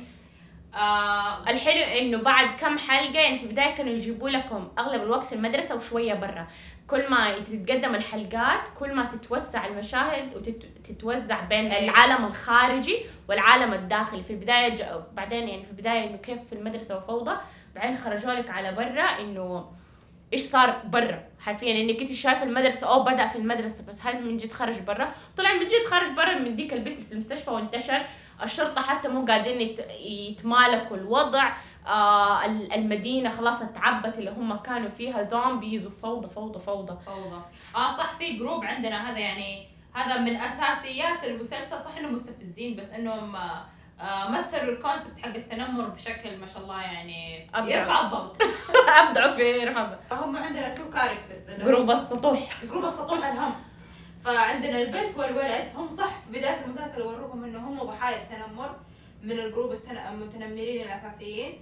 الحلو انه بعد كم حلقه يعني في البدايه كانوا يجيبوا لكم اغلب الوقت في المدرسه وشويه برا، كل ما تتقدم الحلقات كل ما تتوسع المشاهد وتتوزع بين العالم الخارجي والعالم الداخلي. في البدايه بعدين يعني في البدايه انه كيف في المدرسه وفوضى، بعدين خرجوا لك على برا انه ايش صار برا حرفيا، انك انت شايفه المدرسه او بدا في المدرسه بس هل من جد خرج برا؟ طلع من جد خرج برا من ديك البنت في المستشفى وانتشر. الشرطه حتى مو قادرين يتمالكوا الوضع، المدينه خلاص اتعبت اللي هم كانوا فيها زومبيز وفوضى فوضى فوضى فوضى. صح في جروب عندنا هذا يعني هذا من اساسيات المسلسل، صح انه مستفزين بس انهم مثلوا الكونسبت حق التنمر بشكل ما شاء الله يعني يرفع الضغط. ابدعوا في رفع. هم عندنا تو كاركترز، جروب السطوح الهم. فعندنا البنت والولد، هم صح في بداية المسلسل وروكم انه هم ضحايا التنمر من الجروب المتنمرين الاساسيين.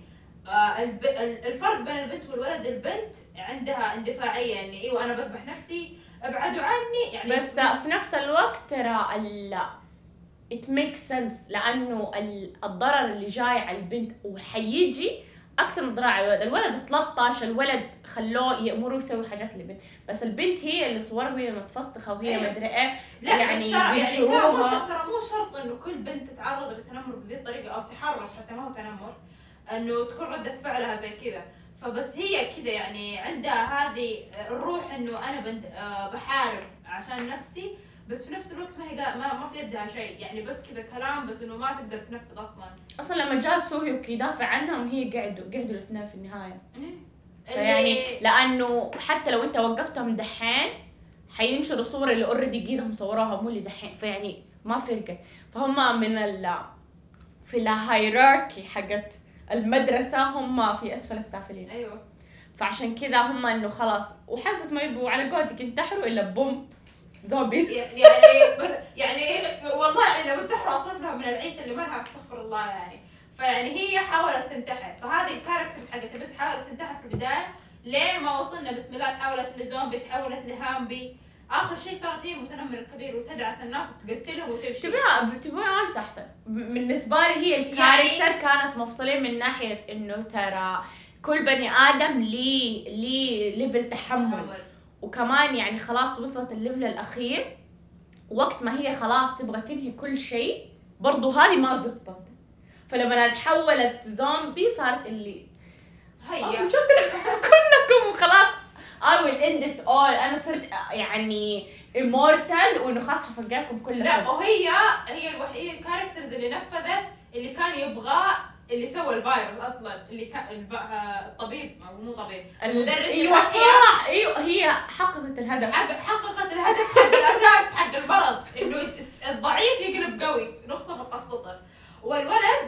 الفرق بين البنت والولد، البنت عندها اندفاعية يعني ايوه انا بذبح نفسي ابعدوا عني يعني، بس في نفس الوقت ترى it makes sense لانه الضرر اللي جاي على البنت وحيجي اكثر من ضرر على الولد. الولد 13 الولد خلوه يأمروا يسوي حاجات للبنت، بس البنت هي اللي صورها وهي متفسخه وهي ما ادري ايه. لا يعني ترى مو شرط انه كل بنت تتعرض للتنمر بهذه الطريقه او تحرش، حتى ما هو تنمر انه تكون رده فعلها زي كذا. فبس هي كذا يعني عندها هذه الروح انه انا بحارب عشان نفسي، بس في نفس الوقت ما هي ما في يدها شيء يعني، بس كذا كلام بس انه ما تقدر تنفذ اصلا لما جاء سوهيوك يدافع عنهم هي قعدوا الاثنين في النهايه. يعني لانه حتى لو انت وقفتهم دحين حينشروا صور اللي اوريدي قيدهم صوروها مو اللي دحين، فيعني ما فرقت. فهم من في الهيراركي حقت المدرسه هم في اسفل السافلين. ايوه فعشان كذا هم انه خلاص وحزت ما يبغوا على قولتك ينتحروا الا بوم زومبي. يعني بس يعني والله يعني لو انتحروا اصرفنا من العيشه اللي ما لها استغفر الله يعني. فيعني هي حاولت تنتحر، فهذه الكاركترز حقت البنت حاولت تنتحر في البدايه لين ما وصلنا بسم الله تحولت لزومبي تحولت لهامبي، اخر شيء صارت هي المتنمر الكبير وتدعس الناس وتقتلهم وتمشي. تبغى انس احسن بالنسبه لي هي الكاركتر يعني كانت مفصلين من ناحيه انه ترى كل بني ادم ليه ليفل تحمل، وكمان يعني خلاص وصلت الليفل الاخير وقت ما هي خلاص تبغى تنهي كل شيء برضو هذه ما زبطت. فلما تحولت زومبي صارت اللي هيا كلكم وخلاص I will end it all. أنا صرت يعني immortal وإنه خلاص حفرقاكم كلكم. لا وهي الوحيدة الكاركترز اللي نفذت اللي كان يبغى اللي سوى الفيروس أصلاً اللي كان الطبيب أو مو طبيب المدرس. أيوة صح أيوة هي حققت الهدف. حققت الهدف حق الأساس حق المرض إنه الضعيف يقلب قوي نقطة السطر. والولد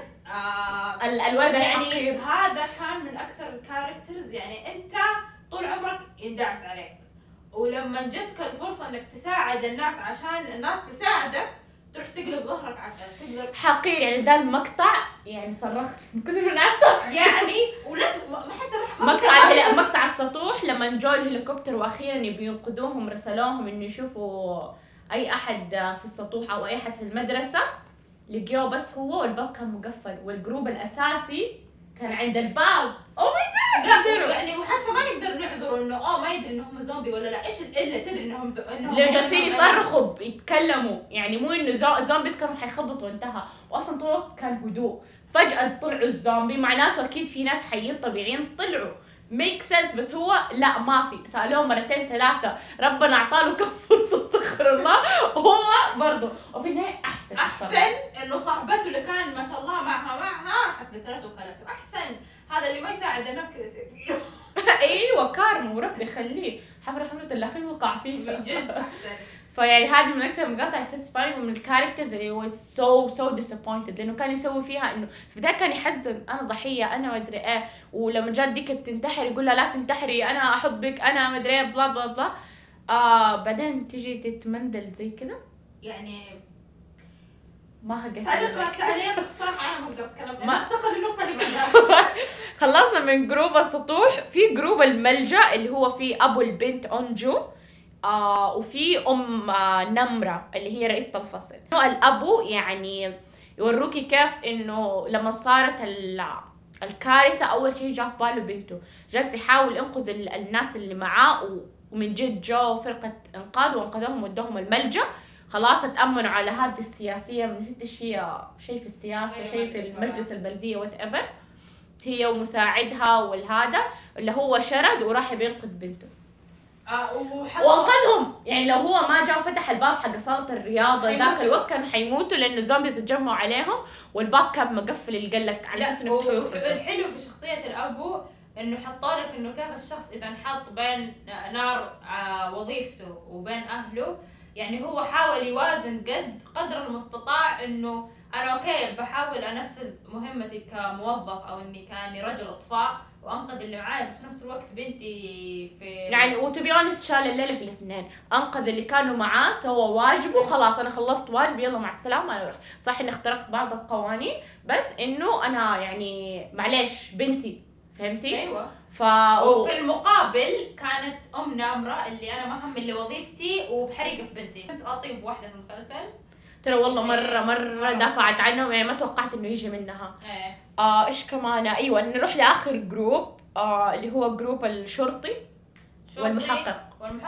الولد يعني هذا كان من أكثر الكاركترز يعني أنت طول عمرك يندعس عليك، ولما جتك الفرصة انك تساعد الناس عشان الناس تساعدك تروح تقلب ظهرك تقدر حقير. يعني ده المقطع يعني صرخت من كثر الناس يعني ولا حتى مقطع السطوح لما جو الهليكوبتر واخيرا ينقذوهم رسلوهم انه يشوفوا اي احد في السطوح او اي احد في المدرسة، لقيوه بس هو والباب كان مقفل والجروب الاساسي كان عند الباب. او ماي جاد لا يعني وحتى ما نقدر نعذر انه ما يدري انهم زومبي ولا لا، ايش الا تدري انهم لو جالسين يصرخوا يتكلموا يعني مو انه زومبيز كانوا حيخبطوا وانتهى، واصلا طول الوقت كان هدوء. فجأة طلعوا الزومبي معناته اكيد في ناس حيين طبيعيين طلعوا ميك سنس، بس هو لا ما في. سألوه مرتين ثلاثة ربنا اعطاله كم فرصة استغفر الله هو برضه وفي النهاية احسن انه صاحبته اللي كان ما شاء الله معها راحت قتلته وكلته. احسن هذا اللي ما يساعد الناس كذا يصير فيه. ايوه كارم وربي يخليه حفرة الاخير وقع فيه من جد احسن. فيعني هذه من اكثر المقاطع ساتيسفاينج ومن الكاركترز اللي هو سو ديسابوينتد لانه كان يسوي فيها انه في البدايه كان يحزن انا ضحيه انا ما ادري ايه، ولما جات ديك تنتحر يقول لها لا تنتحري انا احبك انا ما ادري ايه بلا بلا بلا. بعدين تيجي تتمندل زي كده يعني ما هقدر تعليق بصراحة أنا ما أقدر أتكلم. ننتقل للنقطة اللي بعدها. خلصنا من جروب السطوح. في جروب الملجأ اللي هو فيه أبو البنت أنجو وفي نمرة اللي هي رئيسة الفصل. الأبو يعني يوروكي كيف إنه لما صارت الكارثة أول شيء جاء في باله بنته، جالس يحاول ينقذ الناس اللي معاه، ومن جد جو فرقة إنقاذ وانقذوهم ودوهم الملجأ. خلاص اتأمنوا على هذه السياسية، من نسيت شيء في السياسة، شيء في المجلس البلدية whatever، هي ومساعدها والهذا اللي هو شرد وراح بينقذ بنته وانقذهم. يعني لو هو ما جاء وفتح الباب حق صالة الرياضة ذاك الوقت كانوا حيموتوا، لأنه الزومبيز اتجمعوا عليهم والباب كان مقفل اللي قال لك على أساس إنه يفتحوا يخرجوا. الحلو في شخصية الأبو إنه حطولك إنه كيف الشخص إذا انحط بين نار وظيفته وبين أهله، يعني هو حاول يوازن قدر المستطاع إنه أنا أوكي بحاول أنفذ مهمتي كموظف أو إني كأني رجل إطفاء وأنقذ اللي معايا، بس في نفس الوقت بنتي في يعني وتبيونس شال الليلة في الاثنين، أنقذ اللي كانوا معاه، سوى واجبه، خلاص أنا خلصت واجبي يلا مع السلامة أنا أروح. صح إني اخترقت بعض القوانين بس إنه أنا يعني معليش بنتي، فهمتي؟ أيوة. وفي المقابل كانت نمرة اللي أنا ما هم اللي وظيفتي وبحرقة في بنتي. كنت أطيب واحدة في المسلسل ترى والله مرة دافعت عنهم، يعني ما توقعت إنه يجي منها. إيش كمان؟ أيوة نروح لآخر جروب اللي هو جروب الشرطي والمحقق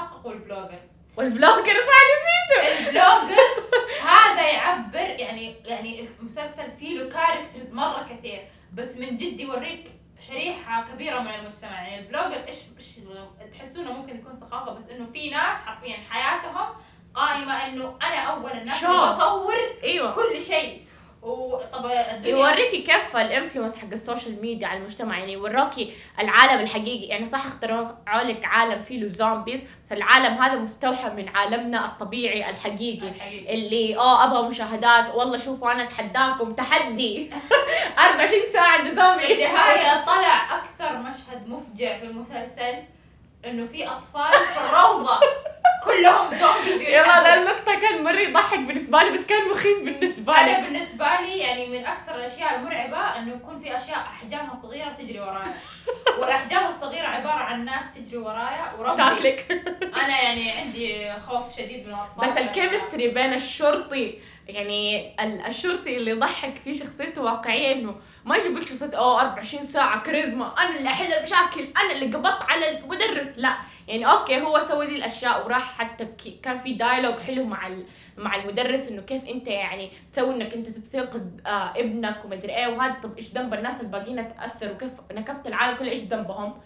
والفلوجر صح نسيته. الفلوجر هذا يعبر يعني المسلسل فيه له كاركترز مرة كثير، بس من جد يوريك شريحة كبيرة من المجتمع. يعني الفلوجر إيش تحسونه ممكن يكون ثقافة، بس إنه في ناس حرفيا حياتهم قائمة إنه أنا أول الناس اللي بصور أيوة. كل شيء. وطب يوريكي كيف الانفلونس حق السوشيال ميديا على المجتمع، يعني يوروكي العالم الحقيقي. يعني صح اخترعوا لك عالم فيه له زومبيز، بس العالم هذا مستوحى من عالمنا الطبيعي الحقيقي. اللي ابغى مشاهدات، والله شوفوا انا اتحداكم تحدي 24 ساعه عند زومبي. في النهايه طلع اكثر مشهد مفجع في المسلسل انه في اطفال في الروضه كلهم زومبيز. يلا ذا المقطع كان مرة يضحك بالنسبة لي، بس كان مخيف بالنسبة لي. أنا بالنسبة لي يعني من أكثر الأشياء المرعبة إنه يكون في أشياء أحجامها صغيرة تجري ورايا، والأحجام الصغيرة عبارة عن ناس تجري ورايا وربي تاكلك. أنا يعني عندي خوف شديد من الأطفال. بس الكيمستري بين الشرطي، يعني الشرطي اللي يضحك فيه شخصيته واقعية، إنه ما يجيب لك شخصية 24 ساعة كاريزما أنا اللي أحل المشاكل أنا اللي قبضت على المدرس، لا يعني أوكي هو سوى دي الأشياء وراح حتى كان في دايلوج حلو مع المدرس إنه كيف أنت يعني تسوي إنك أنت تنقذ ابنك ومدري إيه وهذا، طب إيش ذنب الناس الباقيين تأثر وكيف نكبت العالم كله إيش ذنبهم.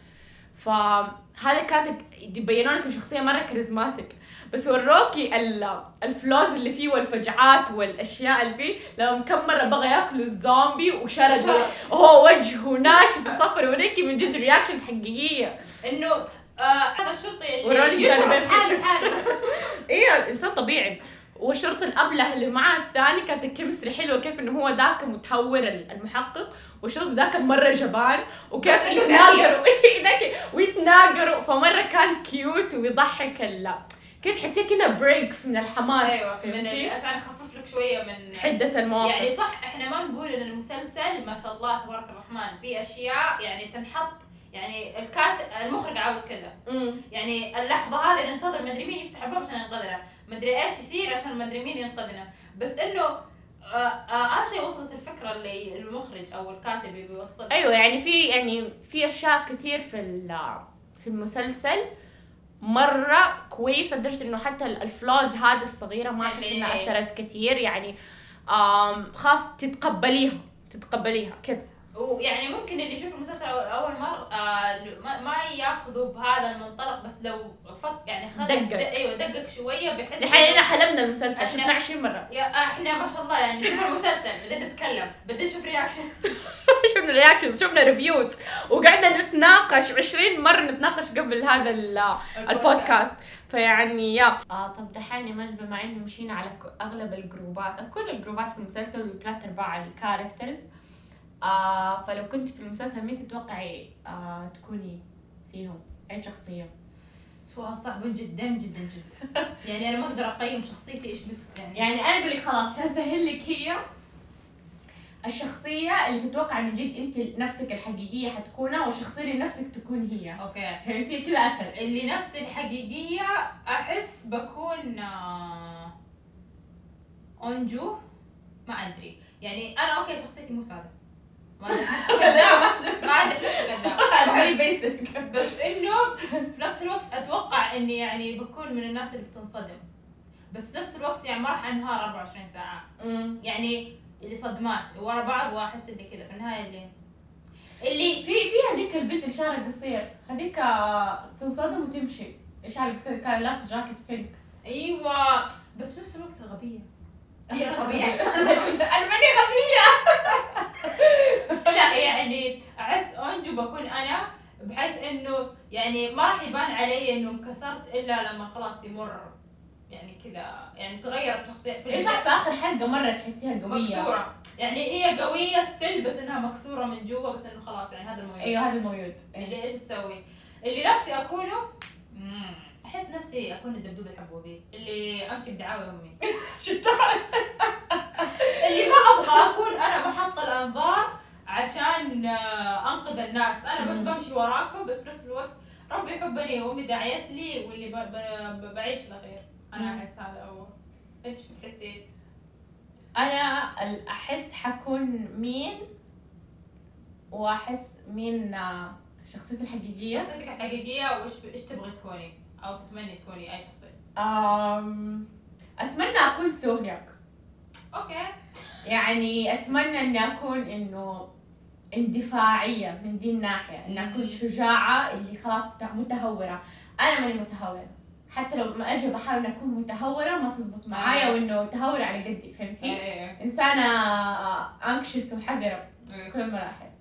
فهذا كانت يبينون لك الشخصية مرة كاريزماتيك، بس وروكي الفلوز اللي فيه والفجعات والأشياء اللي فيه. لما كم مرة بغى ياكلوا الزومبي وشرد وهو وجهه ناشف وصفر، وريكي من جد رياكشنز حقيقية إنه هذا الشرطي اللي يشرب حاله إيه إنسان طبيعي. والشرطي الأبله اللي معاه الثاني كانت الكيمستري حلوة، كيف إنه هو ذاك متهور المحقق والشرطي ذاك مرة جبان، وكيف يتناقروا ويتناقروا، فمرة كان كيوت ويضحك. كيف تحسيه كنا بريكس من الحماس. أيوة فهمتي عشان أخفف لك شوية من حدة المواقف. يعني صح إحنا ما نقول إن المسلسل ما شاء الله تبارك الرحمن في أشياء يعني تنحط، يعني المخرج عاوز كذا. يعني اللحظة هذه ننتظر مدري مين يفتح الباب عشان ينقذنا، مدري إيش يصير عشان مدري مين ينقذنا، بس إنه أهم شيء وصلت الفكرة اللي المخرج أو الكاتب بيوصل. أيوة يعني في أشياء كتير في المسلسل مرة كويسة لدرجة إنه حتى الفلوز هذه الصغيرة ما أحس إنها أثرت كتير. يعني خاص تتقبليها كده. ويعني ممكن اللي يشوف المسلسل أول مرة ما ياخذوا بهذا المنطلق، بس لو يعني دقق شوية بحس. الحين حلبنا المسلسل شفنا 20 مرة. احنا ما شاء الله يعني شوف المسلسل بدنا نتكلم بدنا نشوف شفنا رياكشنز شفنا ريفيوز وقعدنا نتناقش 20 مرة نتناقش قبل هذا البودكاست. فيعني طب دحين مش بما انه مشينا على اغلب الجروبات، كل الجروبات في المسلسل و3/4 الكاركترز، فلو كنت في المسلسل مين تتوقعي تكوني فيهم؟ اي سؤال صعب جدا جدا جدا. يعني انا ما اقدر اقيم شخصيتي ايش يعني انا اقول لك خلاص عشان اسهل لك، هي الشخصية اللي تتوقع من جد انت نفسك الحقيقية حتكونها، والشخصية اللي نفسك تكون هي. اوكي فهمتي كذا اسهل. اللي نفسي الحقيقية احس بكون أنجو. ما ادري يعني انا اوكي شخصيتي مو سادة، ما ادري ما ادري فيري بيسك، بس انه في نفس الوقت اتوقع اني يعني بكون من الناس اللي بتنصدم، بس في نفس الوقت يعني ما راح انهار 24 ساعة. يعني اللي صدمات ورا بعض واحس اللي كذا في النهاية اللي في هذيك البنت اللي شعرها قصير هذيك تنصدم وتمشي، شعرها قصير كان لابسه جاكيت بينك. ايوه بس في نفس الوقت غبية. هي صبية. انا ماني غبية. لا يعني احس أنجو بكون انا، بحيث انه يعني ما راح يبان علي انه انكسرت الا لما خلاص يمر يعني كذا، يعني تغيرت شخصيتي. اي صح، في اخر حلقة مرة تحسيها قوية مكسورة، يعني هي قوية ستيل بس انها مكسورة من جوا، بس انه خلاص يعني هذا الموجود. ايوه هذا الموجود. اللي ايش تسوي؟ اللي نفسي اكونه احس نفسي اكون الدبدوب الحبوبي اللي امشي بدعاوى امي. اللي ما ابغى اكون انا محط الانظار عشان انقذ الناس، انا بس بمشي وراكم، بس في نفس الوقت ربي يحبني وامي داعيت لي واللي بعيش في الاخير. انا احس هذا هو. انت ايش بتحسي؟ انا احس حكون مين، واحس مين شخصيتي الحقيقية. شخصيتك الحقيقية وايش تبغي تكوني او تتمني تكوني اي شخصية؟ اتمنى اكون سوهياك. اوكي يعني اتمنى اني اكون انه اندفاعية من دي الناحية، اني اكون شجاعة اللي خلاص متهورة. انا ماني متهورة، حتى لو ما اجي بحاول اكون متهورة ما تزبط معايا، وانه تهور على قدي. فهمتي؟ انسانة انكشس وحذرة كل المراحل.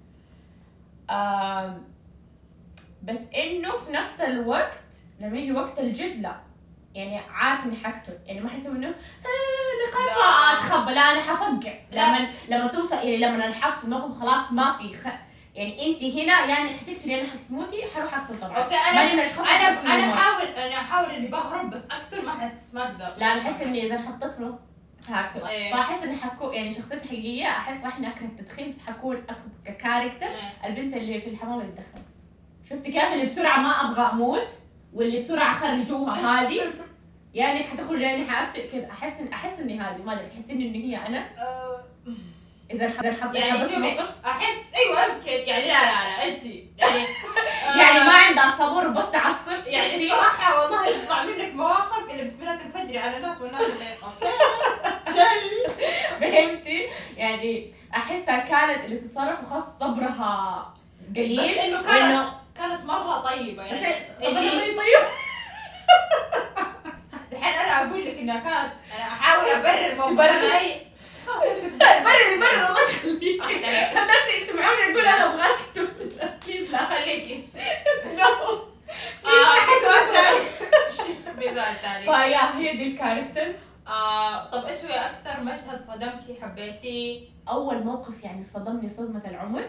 بس انه في نفس الوقت لما يجي وقت الجد لا، يعني عارف اني حقتل، يعني ما حسوي انه نقاط اتخبى، لا انا حفقع لما توصل، يعني لما انا حاط في الموقف خلاص ما في يعني انت هنا يعني حتقتلي انا حتموتي حروح اقتل طبعا. اوكي انا احاول اني بهرب، بس اقتل ما احس ما اقدر. لا انا احس اني اذا حطيت له فهقتل. فاحس اني حكون يعني شخصيتي حقيقيه، احس راح اني اكره التدخين، بس حكون اقتل ككاركتر البنت اللي في الحمام اللي تدخن. شفتي كيف اللي بسرعه ما ابغى اموت واللي بسرعه خرجوها هذه، يعني حتخرج يعني حاقتل كذا. احس اني هذه ما ادري، تحسيني ان هي انا اذا حط يعني بس موقف احس ايوه يمكن يعني لا انت يعني يعني ما عندها صبر بس تعصب. يعني الصراحه والله يطلع منك مواقف اللي بسم الله تنفجري على الناس والناس اللي اوكي شل. فهمتي؟ يعني احسها كانت اللي تتصرف وخاص صبرها قليل، بس انه كانت مره طيبه يعني. بس اللي طيب الحين انا اقول لك انها كانت، انا احاول ابرر موقفها برر الله يخليك. الناس يسمعوني يقول انا ابغى اكتب بليز لا خليكي نو سؤال ثاني. فيا هي دي الكاركترز. طب ايش هو اكثر مشهد صدمكي حبيتيه؟ اول موقف يعني صدمني صدمة العمر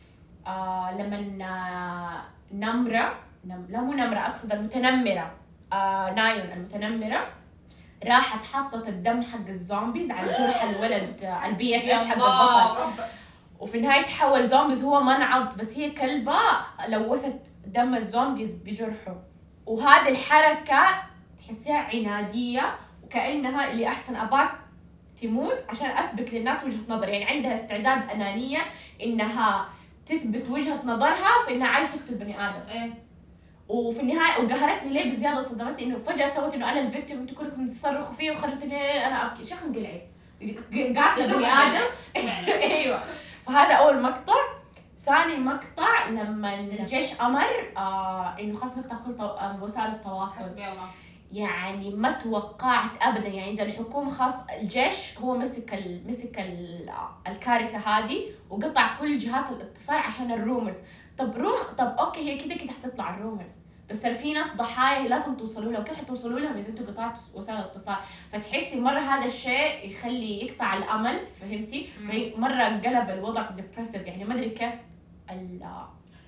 لما نمرة لا مو نمرة، اقصد المتنمرة نايون المتنمرة راحت حطت الدم حق الزومبيز على جرح الولد البي اف اف حق البطل، وفي النهاية تحول زومبيز. هو منعض بس هي كلبة لوثت دم الزومبيز بجرحه. وهذه الحركة تحسيها عنادية وكأنها اللي أحسن أباك تموت عشان أثبت للناس وجهة نظر، يعني عندها استعداد أنانية إنها تثبت وجهة نظرها في إنها عايزة تقتل بني آدم. وفي النهايه وقهرتني ليه بزياده وصدمتني انه فجاه سوت انه انا الفيكتيم وانتوا كلكم تصرخوا فيه وخلتني انا ابكي. شيخ انقلعي قاتله بني ادم. ايوه. فهذا اول مقطع. ثاني مقطع لما الجيش امر انه خلاص نقطع كل وسائل التواصل. حسبي الله. يعني ما توقعت ابدا، يعني اذا الحكومه خاص الجيش هو مسك الكارثه هذه وقطع كل جهات الاتصال عشان الرومرز. طب اوكي هي كده حتطلع الرومرز، بس ترى في ناس ضحايا لازم توصلوا لهم. كيف حتوصلوا لهم اذا انتوا قطعتوا وسائل الاتصال؟ فتحسي مره هذا الشيء يخلي يقطع الامل. فهمتي؟ فمره قلب الوضع ديبريسيف، يعني ما ادري كيف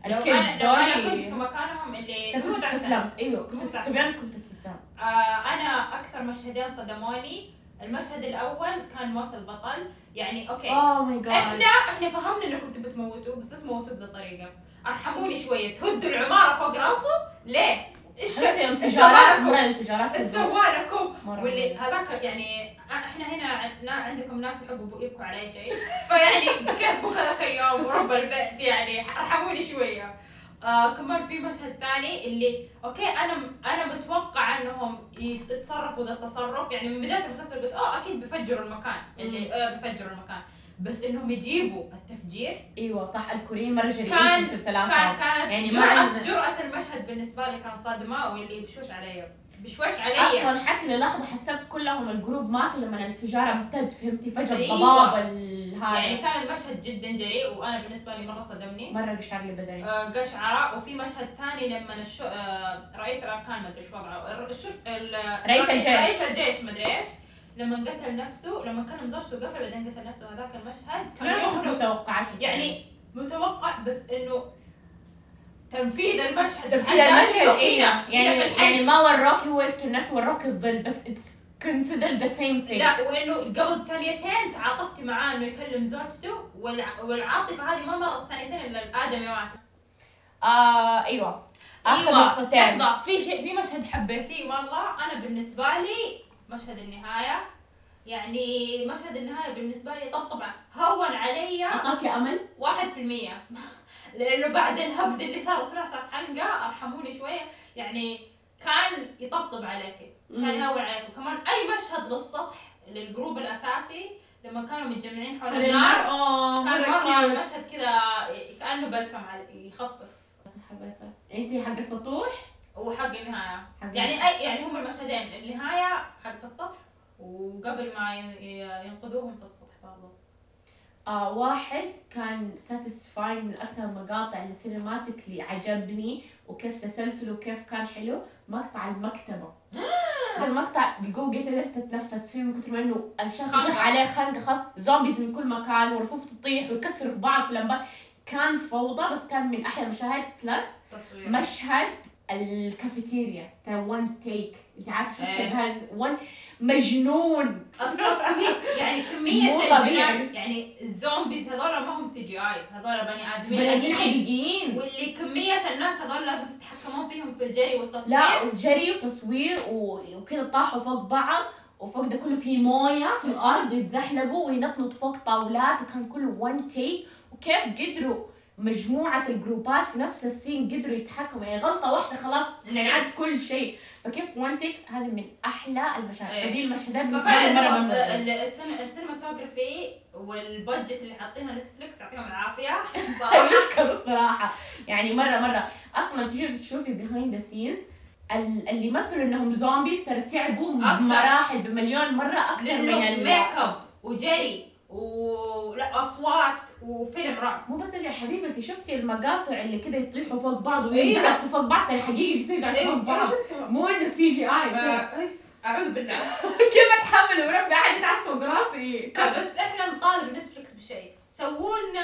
الكيدز لو انا كنت في مكانهم اللي كنت استسلمت. ايوه كنت استسلمت. انا اكثر مشهدين صدموني. المشهد الاول كان موت البطل، يعني اوكي ماي جاد، احنا فهمنا انكم تبوا تموتوه، بس لا تموتوه بهذه الطريقه. ارحموني شويه، تهدوا العماره فوق راسه ليه؟ ايش انفجارات ايش سوى لكم؟ واللي هذاك يعني احنا هنا عندكم ناس يحبوا يبكوا على اي شيء، فيعني بكيت بكى ذاك اليوم ورب البيت، يعني ارحموني شويه. كمان في مشهد ثاني اللي اوكي انا متوقع انهم يتصرفوا ذا التصرف، يعني من بدايه المسلسل قلت اكيد بيفجروا المكان اللي بيفجروا المكان، بس انهم يجيبوا التفجير. ايوه صح، الكوريين مره جريئين في مسلسلاتهم. كانت يعني جرأة المشهد بالنسبه لي كان صدمه، واللي بشوش علي اصلا حتى للحظه حسبت كلهم الجروب ماتوا لما الانفجار امتد، فهمتي فجاه أيوة. الضباب يعني كان المشهد جدا جريء، وانا بالنسبه لي مره صدمني، مره قشعر لي بدني. قشعره. وفي مشهد ثاني لما رئيس الاركان ما ادري ايش وضعه، رئيس الجيش ما ادري ايش، لما قتل نفسه، لما كان زوجته قفل بعدين قتل نفسه. هذاك المشهد كان متوقعات، يعني متوقع، بس انه تنفيذ المشهد يعني ما وراك هو يقتل نفسه، وراك الظل، بس it's considered the same thing. لا، وانه قبل ثانيتين تعاطفتي معاه انه يكلم زوجته، والعاطفه هذه ما مرت ثانيتين الا الادمي مات. ايوه اخر نقطتين. في مشهد حبيتيه مره انا بالنسبه لي، مشهد النهايه. يعني مشهد النهايه بالنسبه لي طبعا هون علي، اعطاكي امل 1%. لانه بعد الهبد اللي صار 12 حلقه ارحموني شويه، يعني كان يطبطب عليك، كان يهون عليك. وكمان اي مشهد للسطح للجروب الاساسي لما كانوا متجمعين حول النار، كان مره المشهد كذا كانه بلسم يخفف. حبيته انتي حق السطوح وحق النهايه، يعني هم المشهدين، النهايه حق في السطح وقبل ما ينقذوهم في السطح برضه. واحد كان ساتيسفاين من أكثر المقاطع اللي سينماتيكلي عجبني وكيف تسلسله وكيف كان حلو، مقطع المكتبة. المقطع الجو قدرت تتنفس فيه من كتر ما إنه الشخص يطيح عليه خنقة، خاص زومبيز من كل مكان ورفوف تطيح ويكسروا في بعض في الأنبار، كان فوضى، بس كان من أحلى المشاهد. بلس مشهد الكافيتيريا ترى 1 تيك، انت عارف شفت مجنون التصوير، يعني كمية الجنان، يعني الزومبيز هذول ما هم CGI، هذول بني آدمين حقيقيين، واللي كمية الناس هذول لازم تتحكمون فيهم في الجري والتصوير. لا جري وتصوير وكذا طاحوا فوق بعض، وفوق ده كله في مويه في الارض يتزحلقوا وينطنطوا فوق طاولات، وكان كله 1 تيك. وكيف قدروا مجموعة الجروبات في نفس السين قدروا يتحكموا، يعني غلطة واحدة خلاص نعد كل شيء. فكيف 1 تيك هذا من أحلى المشاهد. هذه المشاهدات بالنسبة لي مرة السينماتوجرافي والبادجت اللي حاطينها نتفليكس يعطيهم العافية. يشكروا الصراحة، يعني مرة أصلا تشوفي behind the scenes اللي يمثلوا إنهم زومبيز ترى تعبوا بمراحل بمليون مرة أكثر من الميك اب وجري ولا اصوات وفيلم رعب. مو بس يا حبيبتي، شفتي المقاطع اللي كده يطيحوا فوق بعض ويدعسوا فوق بعض الحقيقي يصير فوق بعض، مو انه CGI. اعوذ بالله. كيف اتحمل وربي احد يتعس فوق راسي. بس احنا نطالب نتفلكس بشيء، سووا لنا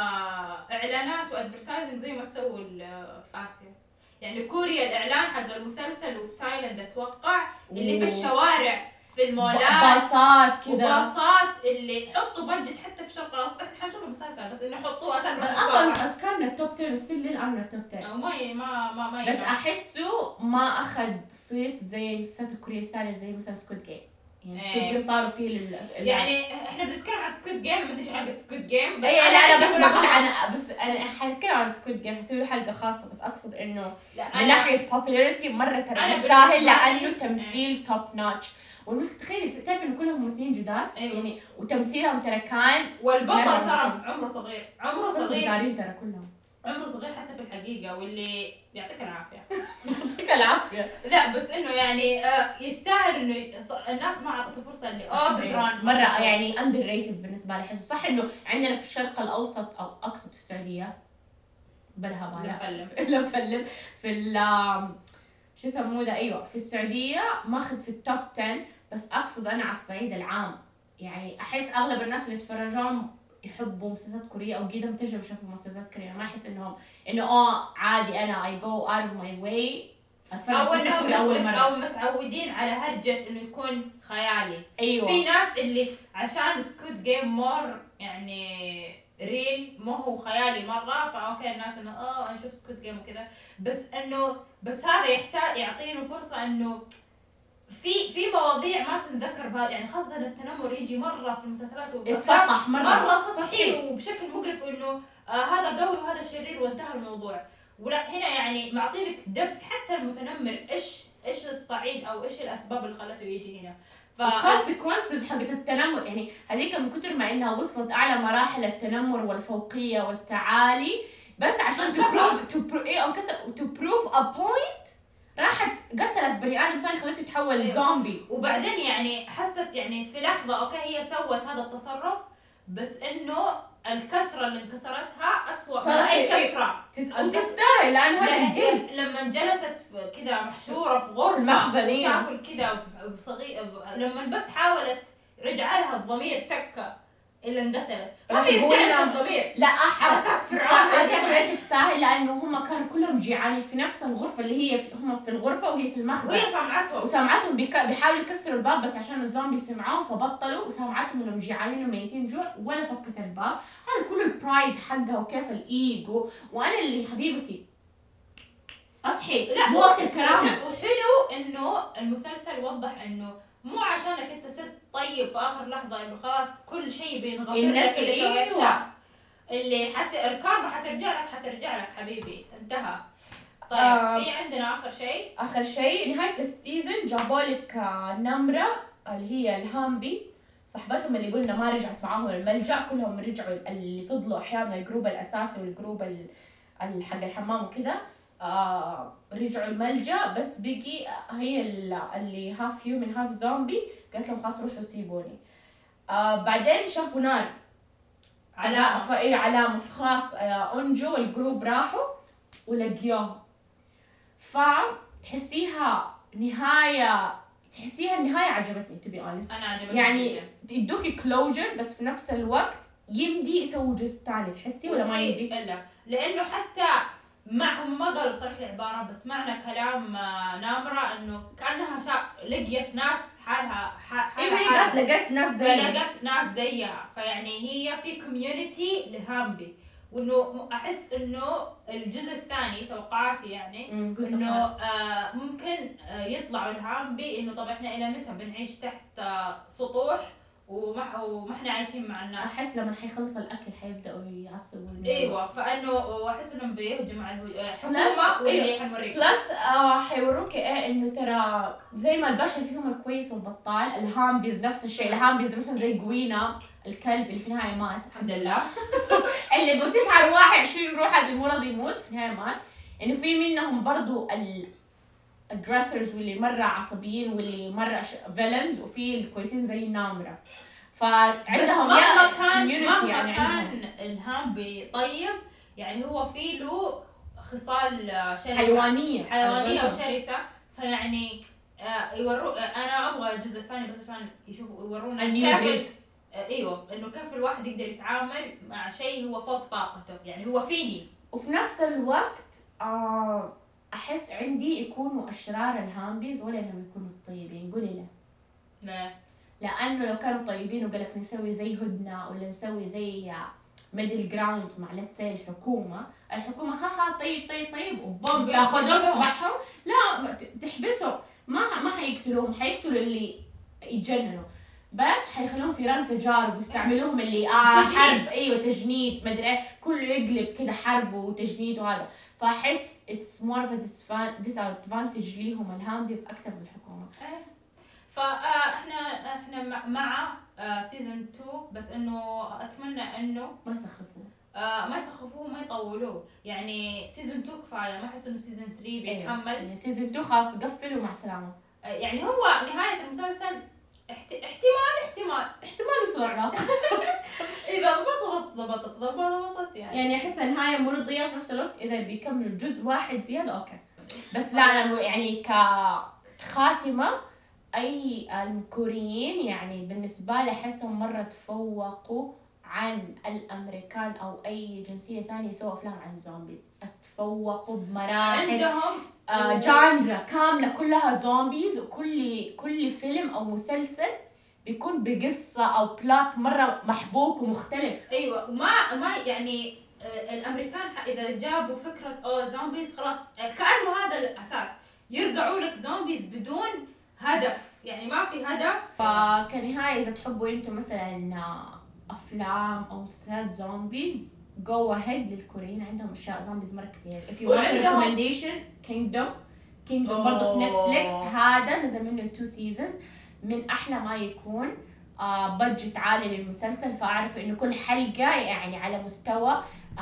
اعلانات وادفرتايزنج زي ما تسووا في اسيا. يعني كوريا الاعلان حق المسلسل، وفي تايلاند اتوقع اللي في الشوارع في المولات باصات كذا، وباصات اللي حطوا بادجت حتى في الشرق الاوسط. احنا حنشوف المسلسل بس انه حطوه عشان اصلا كان التوب 10 وستيل للان التوب 10 ما بس احسه ما اخذ صيت زي المسلسلات الكورية الثانية، زي مثلا سكويد جيم. يعني سكويد جيم طاروا فيه يعني احنا بنتكلم عن سكويد جيم لما تيجي حلقة سكويد جيم. لا انا بس بقول انا حنتكلم عن سكويد جيم، حسوي له حلقة خاصة، بس اقصد انه من ناحية popularity مرة ترى يستاهل لانه تمثيل توب نوتش. والمشكلة تخيلي تعرف انه كلهم ممثلين جداد. يعني وتمثيلهم ترى كان، والبطل ترى عمره صغير زارين ترى كلهم عمره صغير حتى في الحقيقة، واللي يعطيك العافية. يعطيك العافية. لا بس انه يعني يستاهل انه الناس ما اعطته فرصة اللي بزران مرة يعني underrated بالنسبة لي. حسه صح انه عندنا في الشرق الاوسط او اقصد في السعودية بلها فلم في شو يسموه ده، ايوه في السعودية ماخذ في التوب 10، بس اقصد انا على الصعيد العام. يعني احس اغلب الناس اللي يتفرجون يحبوا مسلسلات كورية أو قدم تجربة شافوا مسلسلات كورية، ما أحس إنهم إنه عادي أنا I go out of my way أتفرج مسلسل كوري أول مرة، أو متعودين على هرجة إنه يكون خيالي. أيوة. في ناس اللي عشان سكوت جيم مور يعني ريل مو هو خيالي مرة، فأوكي الناس إنه نشوف سكوت جيم وكذا، بس هذا يحتاج يعطينه فرصة إنه في مواضيع ما تنذكر يعني خاصة التنمر يجي مرة في المسلسلات يتسطح مرة سطحي وبشكل مقرف، إنه هذا قوي وهذا شرير وانتهى الموضوع. ولا هنا يعني معطينك دبث حتى المتنمر ايش الصعيد او ايش الاسباب اللي خلته يجي هنا. consequences حقت التنمر يعني هذيك من كتر ما انها وصلت اعلى مراحل التنمر والفوقيه والتعالي، بس عشان to prove a point راحت قتلت بني ادم ثاني خلته يتحول زومبي. وبعدين يعني حست يعني في لحظه اوكي هي سوت هذا التصرف، بس انه الكسرة اللي انكسرتها أسوأ من أي كسرة وتستاهل، لأنه هذا الجلد. لما جلست كذا محشورة في غرفة مخزنية تاكل كذا بصغير، لما بس حاولت رجع لها الضمير تكة اللي انقتلت، ما في رجع لها الضمير. لا أحسن حركات فرعون تستاهل، لأنه هم كانوا كلهم جيعانين في نفس الغرفة اللي هي هم في الغرفة وهي في المخزن، وهي سمعتهم بيحاولوا يكسروا الباب بس عشان الزومبي سمعوهم فبطلوا، وسمعتهم انهم جيعانين وميتين جوع ولا فكت الباب. هذا كله البرايد حقها وكيف الايجو، وانا اللي حبيبتي اصحي لا مو وقت الكرامة. وحلو انه المسلسل وضح انه مو عشانك انت صرت طيب في اخر لحظة انه خلاص كل شيء بينغفر لك اللي سويته، لا اللي حتى الكارما حترجع لك حبيبي، انتهى. طيب في عندنا اخر شيء نهاية السيزن جابوا لك نمرة اللي هي الهامبي صاحبتهم اللي قلنا ما رجعت معاهم الملجأ، كلهم رجعوا اللي فضلوا احيانا الجروب الاساسي والجروب حق الحمام وكذا رجعوا الملجأ، بس بقي هي اللي هاف هيومن هاف زومبي قالت لهم خلاص روحوا سيبوني. بعدين شافوا نار علامة خلاص انجو الجروب راحوا ولقيوها، فتحسيها النهاية عجبتني to be honest. أنا عجبتني يعني يدوكي كلوجر بس في نفس الوقت يمدي يسوي جزء ثاني، تحسي ولا ما يمدي؟ لا لأنه حتى هم ما قالوا بصراحة العبارة، بس معنى كلام نامرة إنه كأنها لقيت ناس حالها لقيت ناس زيها، فيعني هي في كوميونيتي لهامبي. وإنه أحس إنه الجزء الثاني توقعاتي يعني إنه ممكن يطلعوا الهامبي إنه طب إحنا إلى متى بنعيش تحت سطوح وما إحنا عايشين مع الناس. أحس لما حيخلص الأكل حيبدأوا يعصبوا. أيوة، فإنه وأحس إنهم بيهجموا على الحكومة واللي حنوريك بلس حيوروك إيه إنه ترى زي ما البشر فيهم الكويس والبطال، الهامبيز نفس الشيء. الهامبيز مثلا زي جوينا الكلب اللي في النهاية مات الحمد لله اللي بتسعر 21 روح هذا المرض يموت في النهاية مات. إنه في منهم برضو aggressors واللي مرة عصبيين واللي مرة villains، وفي الكويسين زي النامرة. فعندهم مهما كان الهامبي طيب يعني هو فيه له خصال شرسة حيوانية وشرسة، فيعني أنا أبغى الجزء الثاني بس عشان يورونا كيف ايوه انه كيف الواحد يقدر يتعامل مع شيء هو فوق طاقته، يعني هو فيني. وفي نفس الوقت احس عندي يكونوا اشرار الهامبيز ولا انهم يكونوا طيبين. قولي لا لانه لو كانوا طيبين وقالك نسوي زي هدنه ولا نسوي زي ميدل جراوند مع لتسي الحكومه طيب وبوم تاخذهم تصبحهم، لا تحبسهم، ما حيقتلوهم، حيقتلوا اللي يتجننوا، بس حيخلوهم في ران تجارب ويستعملوهم اللي حرب. ايوه تجنيد مدري ايه، كله يقلب كده حرب وتجنيد وهذا. فاحس it's more of a disadvantage ليهم الهامبيز اكثر من الحكومه. فاحنا مع سيزون 2، بس انه اتمنى انه ما يسخفوه وما يطولوه. يعني سيزون 2 كفايه، ما احس انه سيزون 3 بيتحمل. يعني سيزون 2 خلاص قفلوا مع السلامه. يعني هو نهايه المسلسل احتمال يوصل علاقة إذا ضبطت يعني أحس نهاية مرضية في نفس الوقت. إذا بيكملوا جزء واحد زيادة أوكي، بس لا أنا يعني كخاتمة أي الكوريين يعني بالنسبة لي أحسهم مرة تفوقوا عن الامريكان او اي جنسيه ثانيه يسووا افلام عن زومبيز. اتفوقوا بمراحل، عندهم جانرا كامله كلها زومبيز، وكل فيلم او مسلسل بيكون بقصه او بلات مره محبوك ومختلف. ايوه، ما يعني الامريكان اذا جابوا فكره زومبيز خلاص كانه هذا الاساس، يرجعوا لك زومبيز بدون هدف، يعني ما في هدف. فكنهايه اذا تحبوا انتم مثلا افلام او مسلسلات زومبيز، جو اهيد للكوريين، عندهم اشياء زومبيز مره كثير. if you want recommendation kingdom برضه في نتفليكس، هذا نزل منه 2 seasons، من احلى ما يكون. بادجت عالي للمسلسل، فاعرف انه كل حلقه يعني على مستوى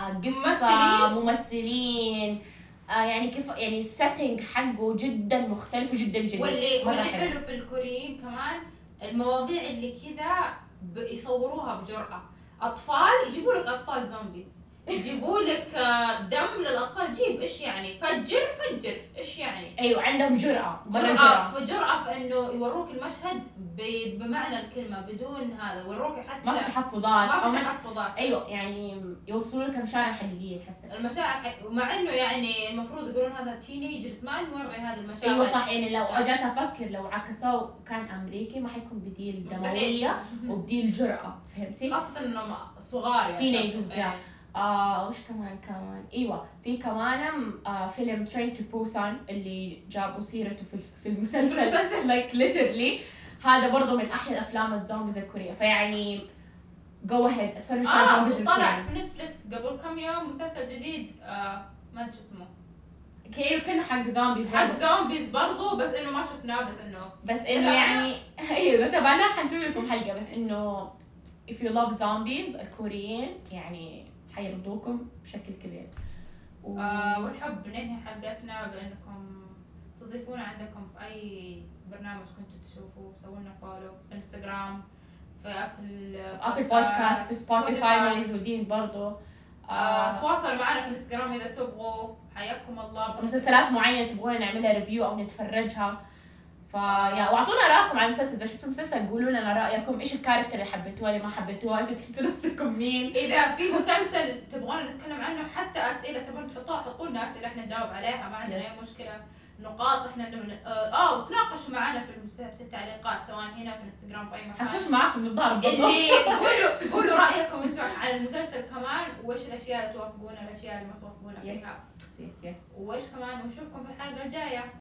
قصه ممثلين يعني كيف يعني السيتنج حقه جدا مختلف وجدا جديد. واللي حلو في الكوريين كمان المواضيع اللي كذا يصوروها بجرأة. اطفال يجيبوا لك اطفال زومبيز، يجيبوا لك دم للاطفال، جيب ايش يعني، فجر ايش يعني. ايوه عندهم جرأة جرأة في انه يوروك المشهد بمعنى الكلمة بدون هذا، يوروك حتى ما في تحفظات ايوه يعني يوصلوا لك المشاعر الحقيقية، تحس المشاعر ومع انه يعني المفروض يقولون هذا تينيجرز ما نوري هذه المشاعر. ايوه صح، يعني لو اجلس افكر لو عكسوه كان امريكي ما حيكون بديل دموية وبديل جرأة، فهمتي؟ خاصة انه صغار تينيجرز وش كمان ايوه في كمان فيلم ترين تو بوسان اللي جابوا سيرته في المسلسل like literally، هذا برضو من احلى الافلام الزومبيز الكورية. فيعني جو اهيد اتفرج على الزومبيز الكورية. طلع في نتفليكس قبل كم يوم مسلسل جديد ما ادري اسمه، كانه حق زومبيز برضو بس انه ما شفناه، بس انه يعني ايوه تبعنا حنسوي لكم حلقة، بس انه if you love zombies الكوريين يعني حيرضوكم بشكل كبير. ونحب ننهي حلقتنا بانكم تضيفونا عندكم في اي برنامج كنتوا تشوفوه، سووا لنا فولو في انستغرام، في ابل بودكاست، في سبوتيفاي موجودين برضو. تواصلوا معنا في الانستغرام اذا تبغوا. حياكم الله. مسلسلات معينة تبغون نعملها ريفيو او نتفرجها، واعطونا رايكم على المسلسل. اذا شفتوا مسلسل قولوا لنا رايكم، ايش الكاركتر اللي حبيتوها اللي ما حبيتوها، انتوا تحسوا نفسكم مين. اذا في مسلسل تبغون نتكلم عنه، حتى اسئله تبغون تحطوها حطوا لنا اسئله احنا نجاوب عليها، ما عندنا اي مشكله. نقاط احنا وتناقشوا معنا في التعليقات سواء هنا في الانستغرام في اي مكان. حنخش معاكم نتضارب اللي قولوا رايكم انتم على المسلسل كمان، وايش الاشياء اللي توافقونا، الاشياء اللي ما توافقونا فيها. يس وايش كمان، ونشوفكم في الحلقه الجايه.